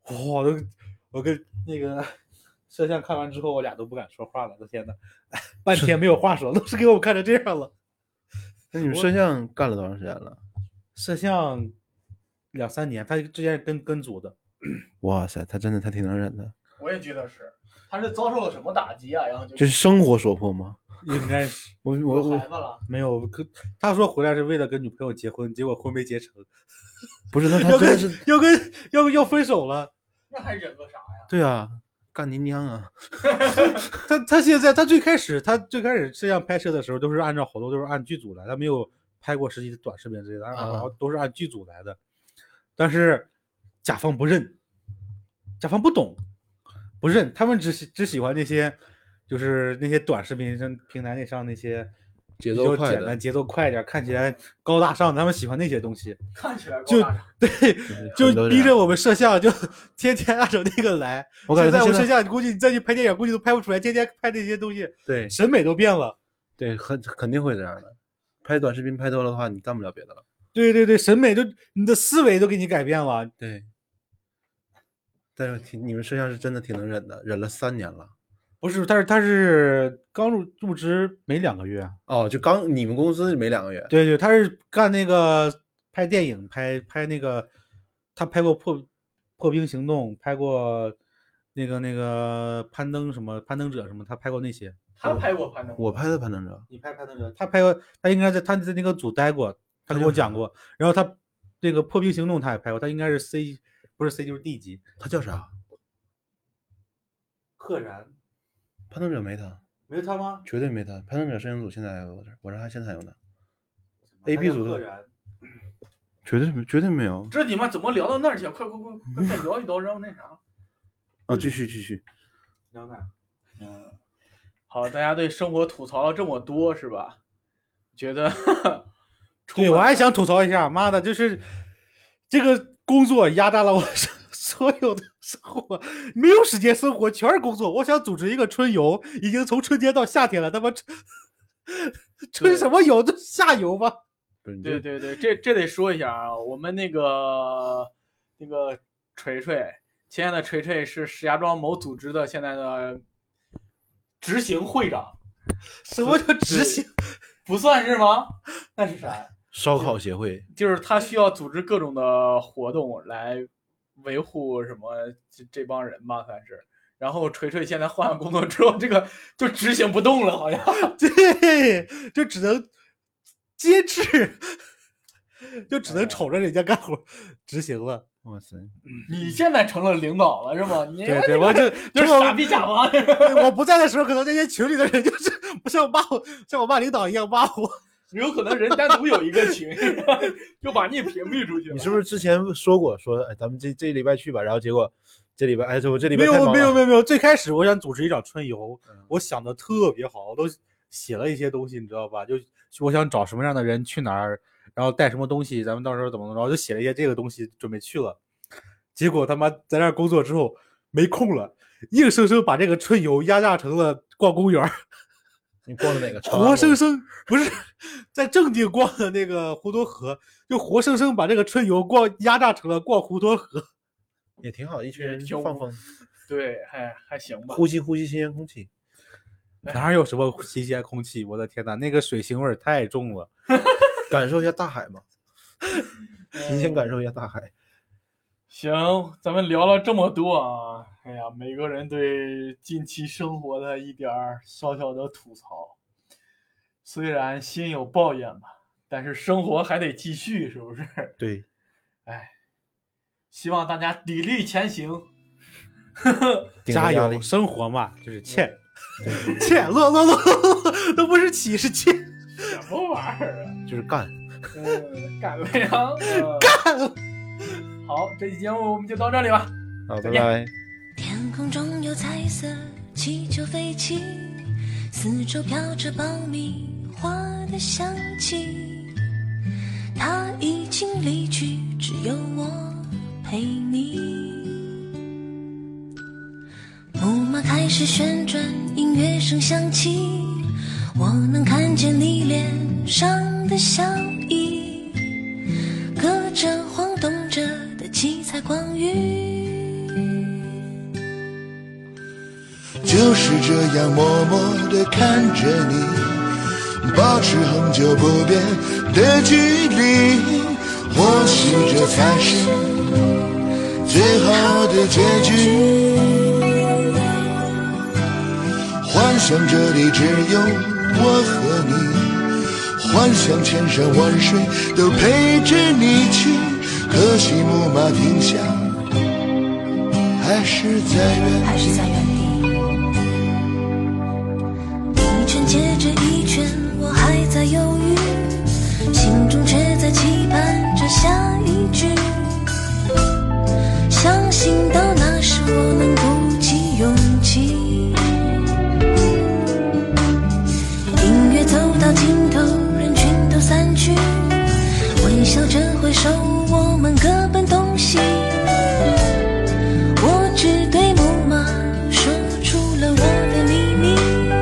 我跟那个摄像看完之后，我俩都不敢说话了。我天呐，半天没有话说，都是给我看成这样了。 那你们摄像干了多长时间了？ 摄像2-3年，他之前是跟组的。 哇塞，他挺能忍的。 我也觉得是，他是遭受了什么打击啊？然后就这是生活所迫吗？ 应该是有孩子了。 没有，他说回来是为了跟女朋友结婚，结果婚没结成。 不是，那他真的是要分手了。 那还忍个啥呀？ 对啊，干你娘啊！ 他现在他最开始摄像拍摄的时候都是按照好多都是按剧组来，他没有拍过实际的短视频之类的，然后都是按剧组来的。但是甲方不认，甲方不懂，不认，他们只喜欢那些就是那些短视频上平台上那些节奏快的比较简单、节奏快一点、看起来高大上，他们喜欢那些东西。 看起来高就大上。 对，就逼着我们摄像就天天按照那个来。 我感觉现在我们摄像估计你再去拍电影，估计都拍不出来，天天拍那些东西， 对审美都变了。 对，肯定会这样的。拍短视频拍多了的话，你干不了别的了。 对对对，审美就你的思维都给你改变了。 对，但是你们摄像是真的挺能忍的，忍了3年了。 不是，他是刚入职没2个月。 哦，就你们公司没2个月。 对对，他是干那个拍电影，拍那个，他拍过破冰行动，拍过那个攀登者什么，他拍过那些。 他拍过攀登者。 我拍的攀登者。 你拍攀登者，他拍过，他应该他在那个组待过，他跟我讲过。然后他那个破冰行动他也拍过，他应该是 C， 不是 C 就是 D 级。 他叫啥？ 赫然。 攀登者没他。 没有他吗？ 绝对没他。攀登者摄影组现在还有我这还现在还有呢。AB 组的。绝对没有。 这你妈怎么聊到那儿去？快再聊一聊，然后那啥。 啊，继续。 聊哪？ 好，大家对生活吐槽了这么多，是吧？觉得对，我还想吐槽一下，妈的，就是这个工作压榨了我所有的生活，没有时间生活，全是工作。我想组织一个春游，已经从春天到夏天了，他妈春什么游？这夏游吧？ 对，这得说一下啊，我们那个锤锤，亲爱的锤锤是石家庄某组织的现在的执行会长。 什么叫执行？ 不算是吗？那是啥？ 烧烤协会。 就是他需要组织各种的活动来维护什么这帮人吧，算是。然后锤锤现在换了工作之后，这个就执行不动了，好像。 对，就只能坚持，就只能瞅着人家干活执行了。 哇塞！ 你现在成了领导了是吗？你对，我就是傻逼甲方。 我不在的时候，可能这些群里的人就是不像我骂领导一样骂我。 有可能人单独有一个群，就把你屏蔽出去了。 你是不是之前说过哎，咱们这礼拜去吧？然后结果这礼拜我这礼拜没有。最开始我想组织一场春游，我想的特别好，我都写了一些东西，你知道吧？就我想找什么样的人去哪儿，然后带什么东西，咱们到时候怎么着，就写了一些这个东西，准备去了。结果他妈在那儿工作之后没空了，硬生生把这个春游压榨成了逛公园。 你逛的哪个？ 活生生不是在正定逛的那个滹沱河，就活生生把这个春游压榨成了逛滹沱河， 也挺好，一群人放风。 对，还行吧。 呼吸新鲜空气。 哪有什么新鲜空气？我的天哪，那个水腥味太重了。 感受一下大海嘛，提前感受一下大海。 行，咱们聊了这么多啊，哎呀，每个人对近期生活的一点小小的吐槽，虽然心有抱怨吧，但是生活还得继续，是不是？ 对， 哎，希望大家砥砺前行， 加油！生活嘛，就是欠，乐，都不是起是欠， 什么玩意儿啊？ 就是干， 干粮， 干。 好，这期节目我们就到这里吧。 好，拜拜。 天空中有彩色气球飞起，四周飘着爆米花的香气。他已经离去，只有我陪你。木马开始旋转，音乐声响起，我能看见你脸上的笑意，隔着晃动着七彩光晕， 就是这样默默地看着你，保持恒久不变的距离，或许这才是最好的结局。幻想这里只有我和你，幻想千山万水都陪着你去，可惜木马停下，还是在原地。 一圈接着一圈，我还在犹豫，心中却在期盼着下一句，相信到那时我能鼓起勇气。音乐走到尽头，人群都散去，微笑着挥手，我们各奔东西。我只对木马说出了我的秘密。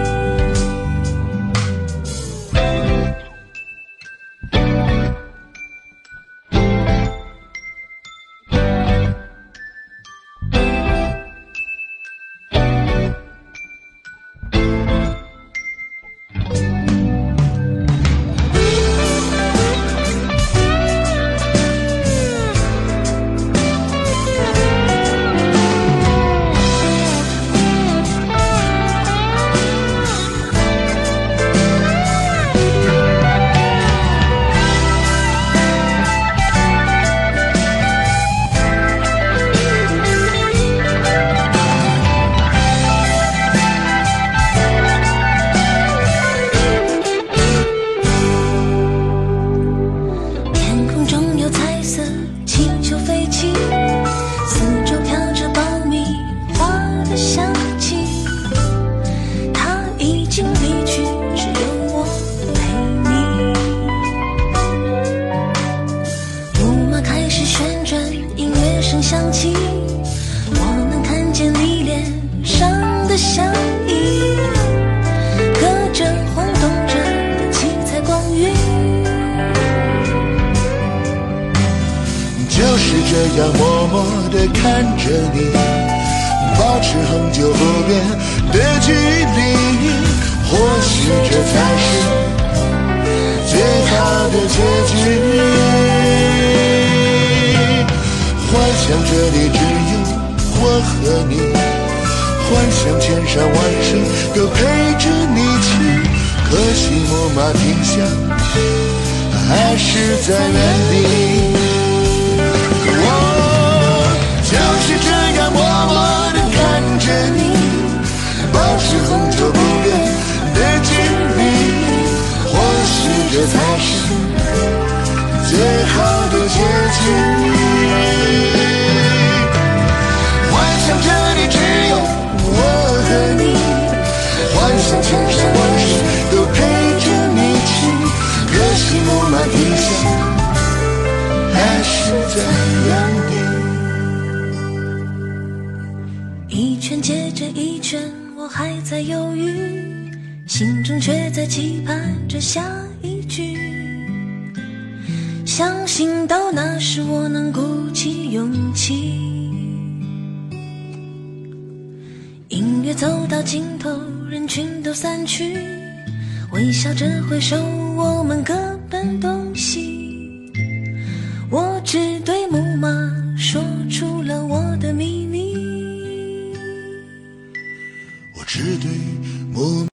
这样默默地看着你，保持恒久不变的距离，或许这才是最好的结局。幻想这里只有我和你，幻想千山万水都陪着你去，可惜木马停下，还是在原地。就是这样默默地看着你，保持恒久不变的距离，或许这才是最好的结局。幻想这里只有我和你，幻想千山万水都陪着你去，可惜木马停下，还是在原地。 一圈接着一圈，我还在犹豫，心中却在期盼着下一句，相信到那时我能鼓起勇气。音乐走到尽头，人群都散去，微笑着挥手，我们各奔东西。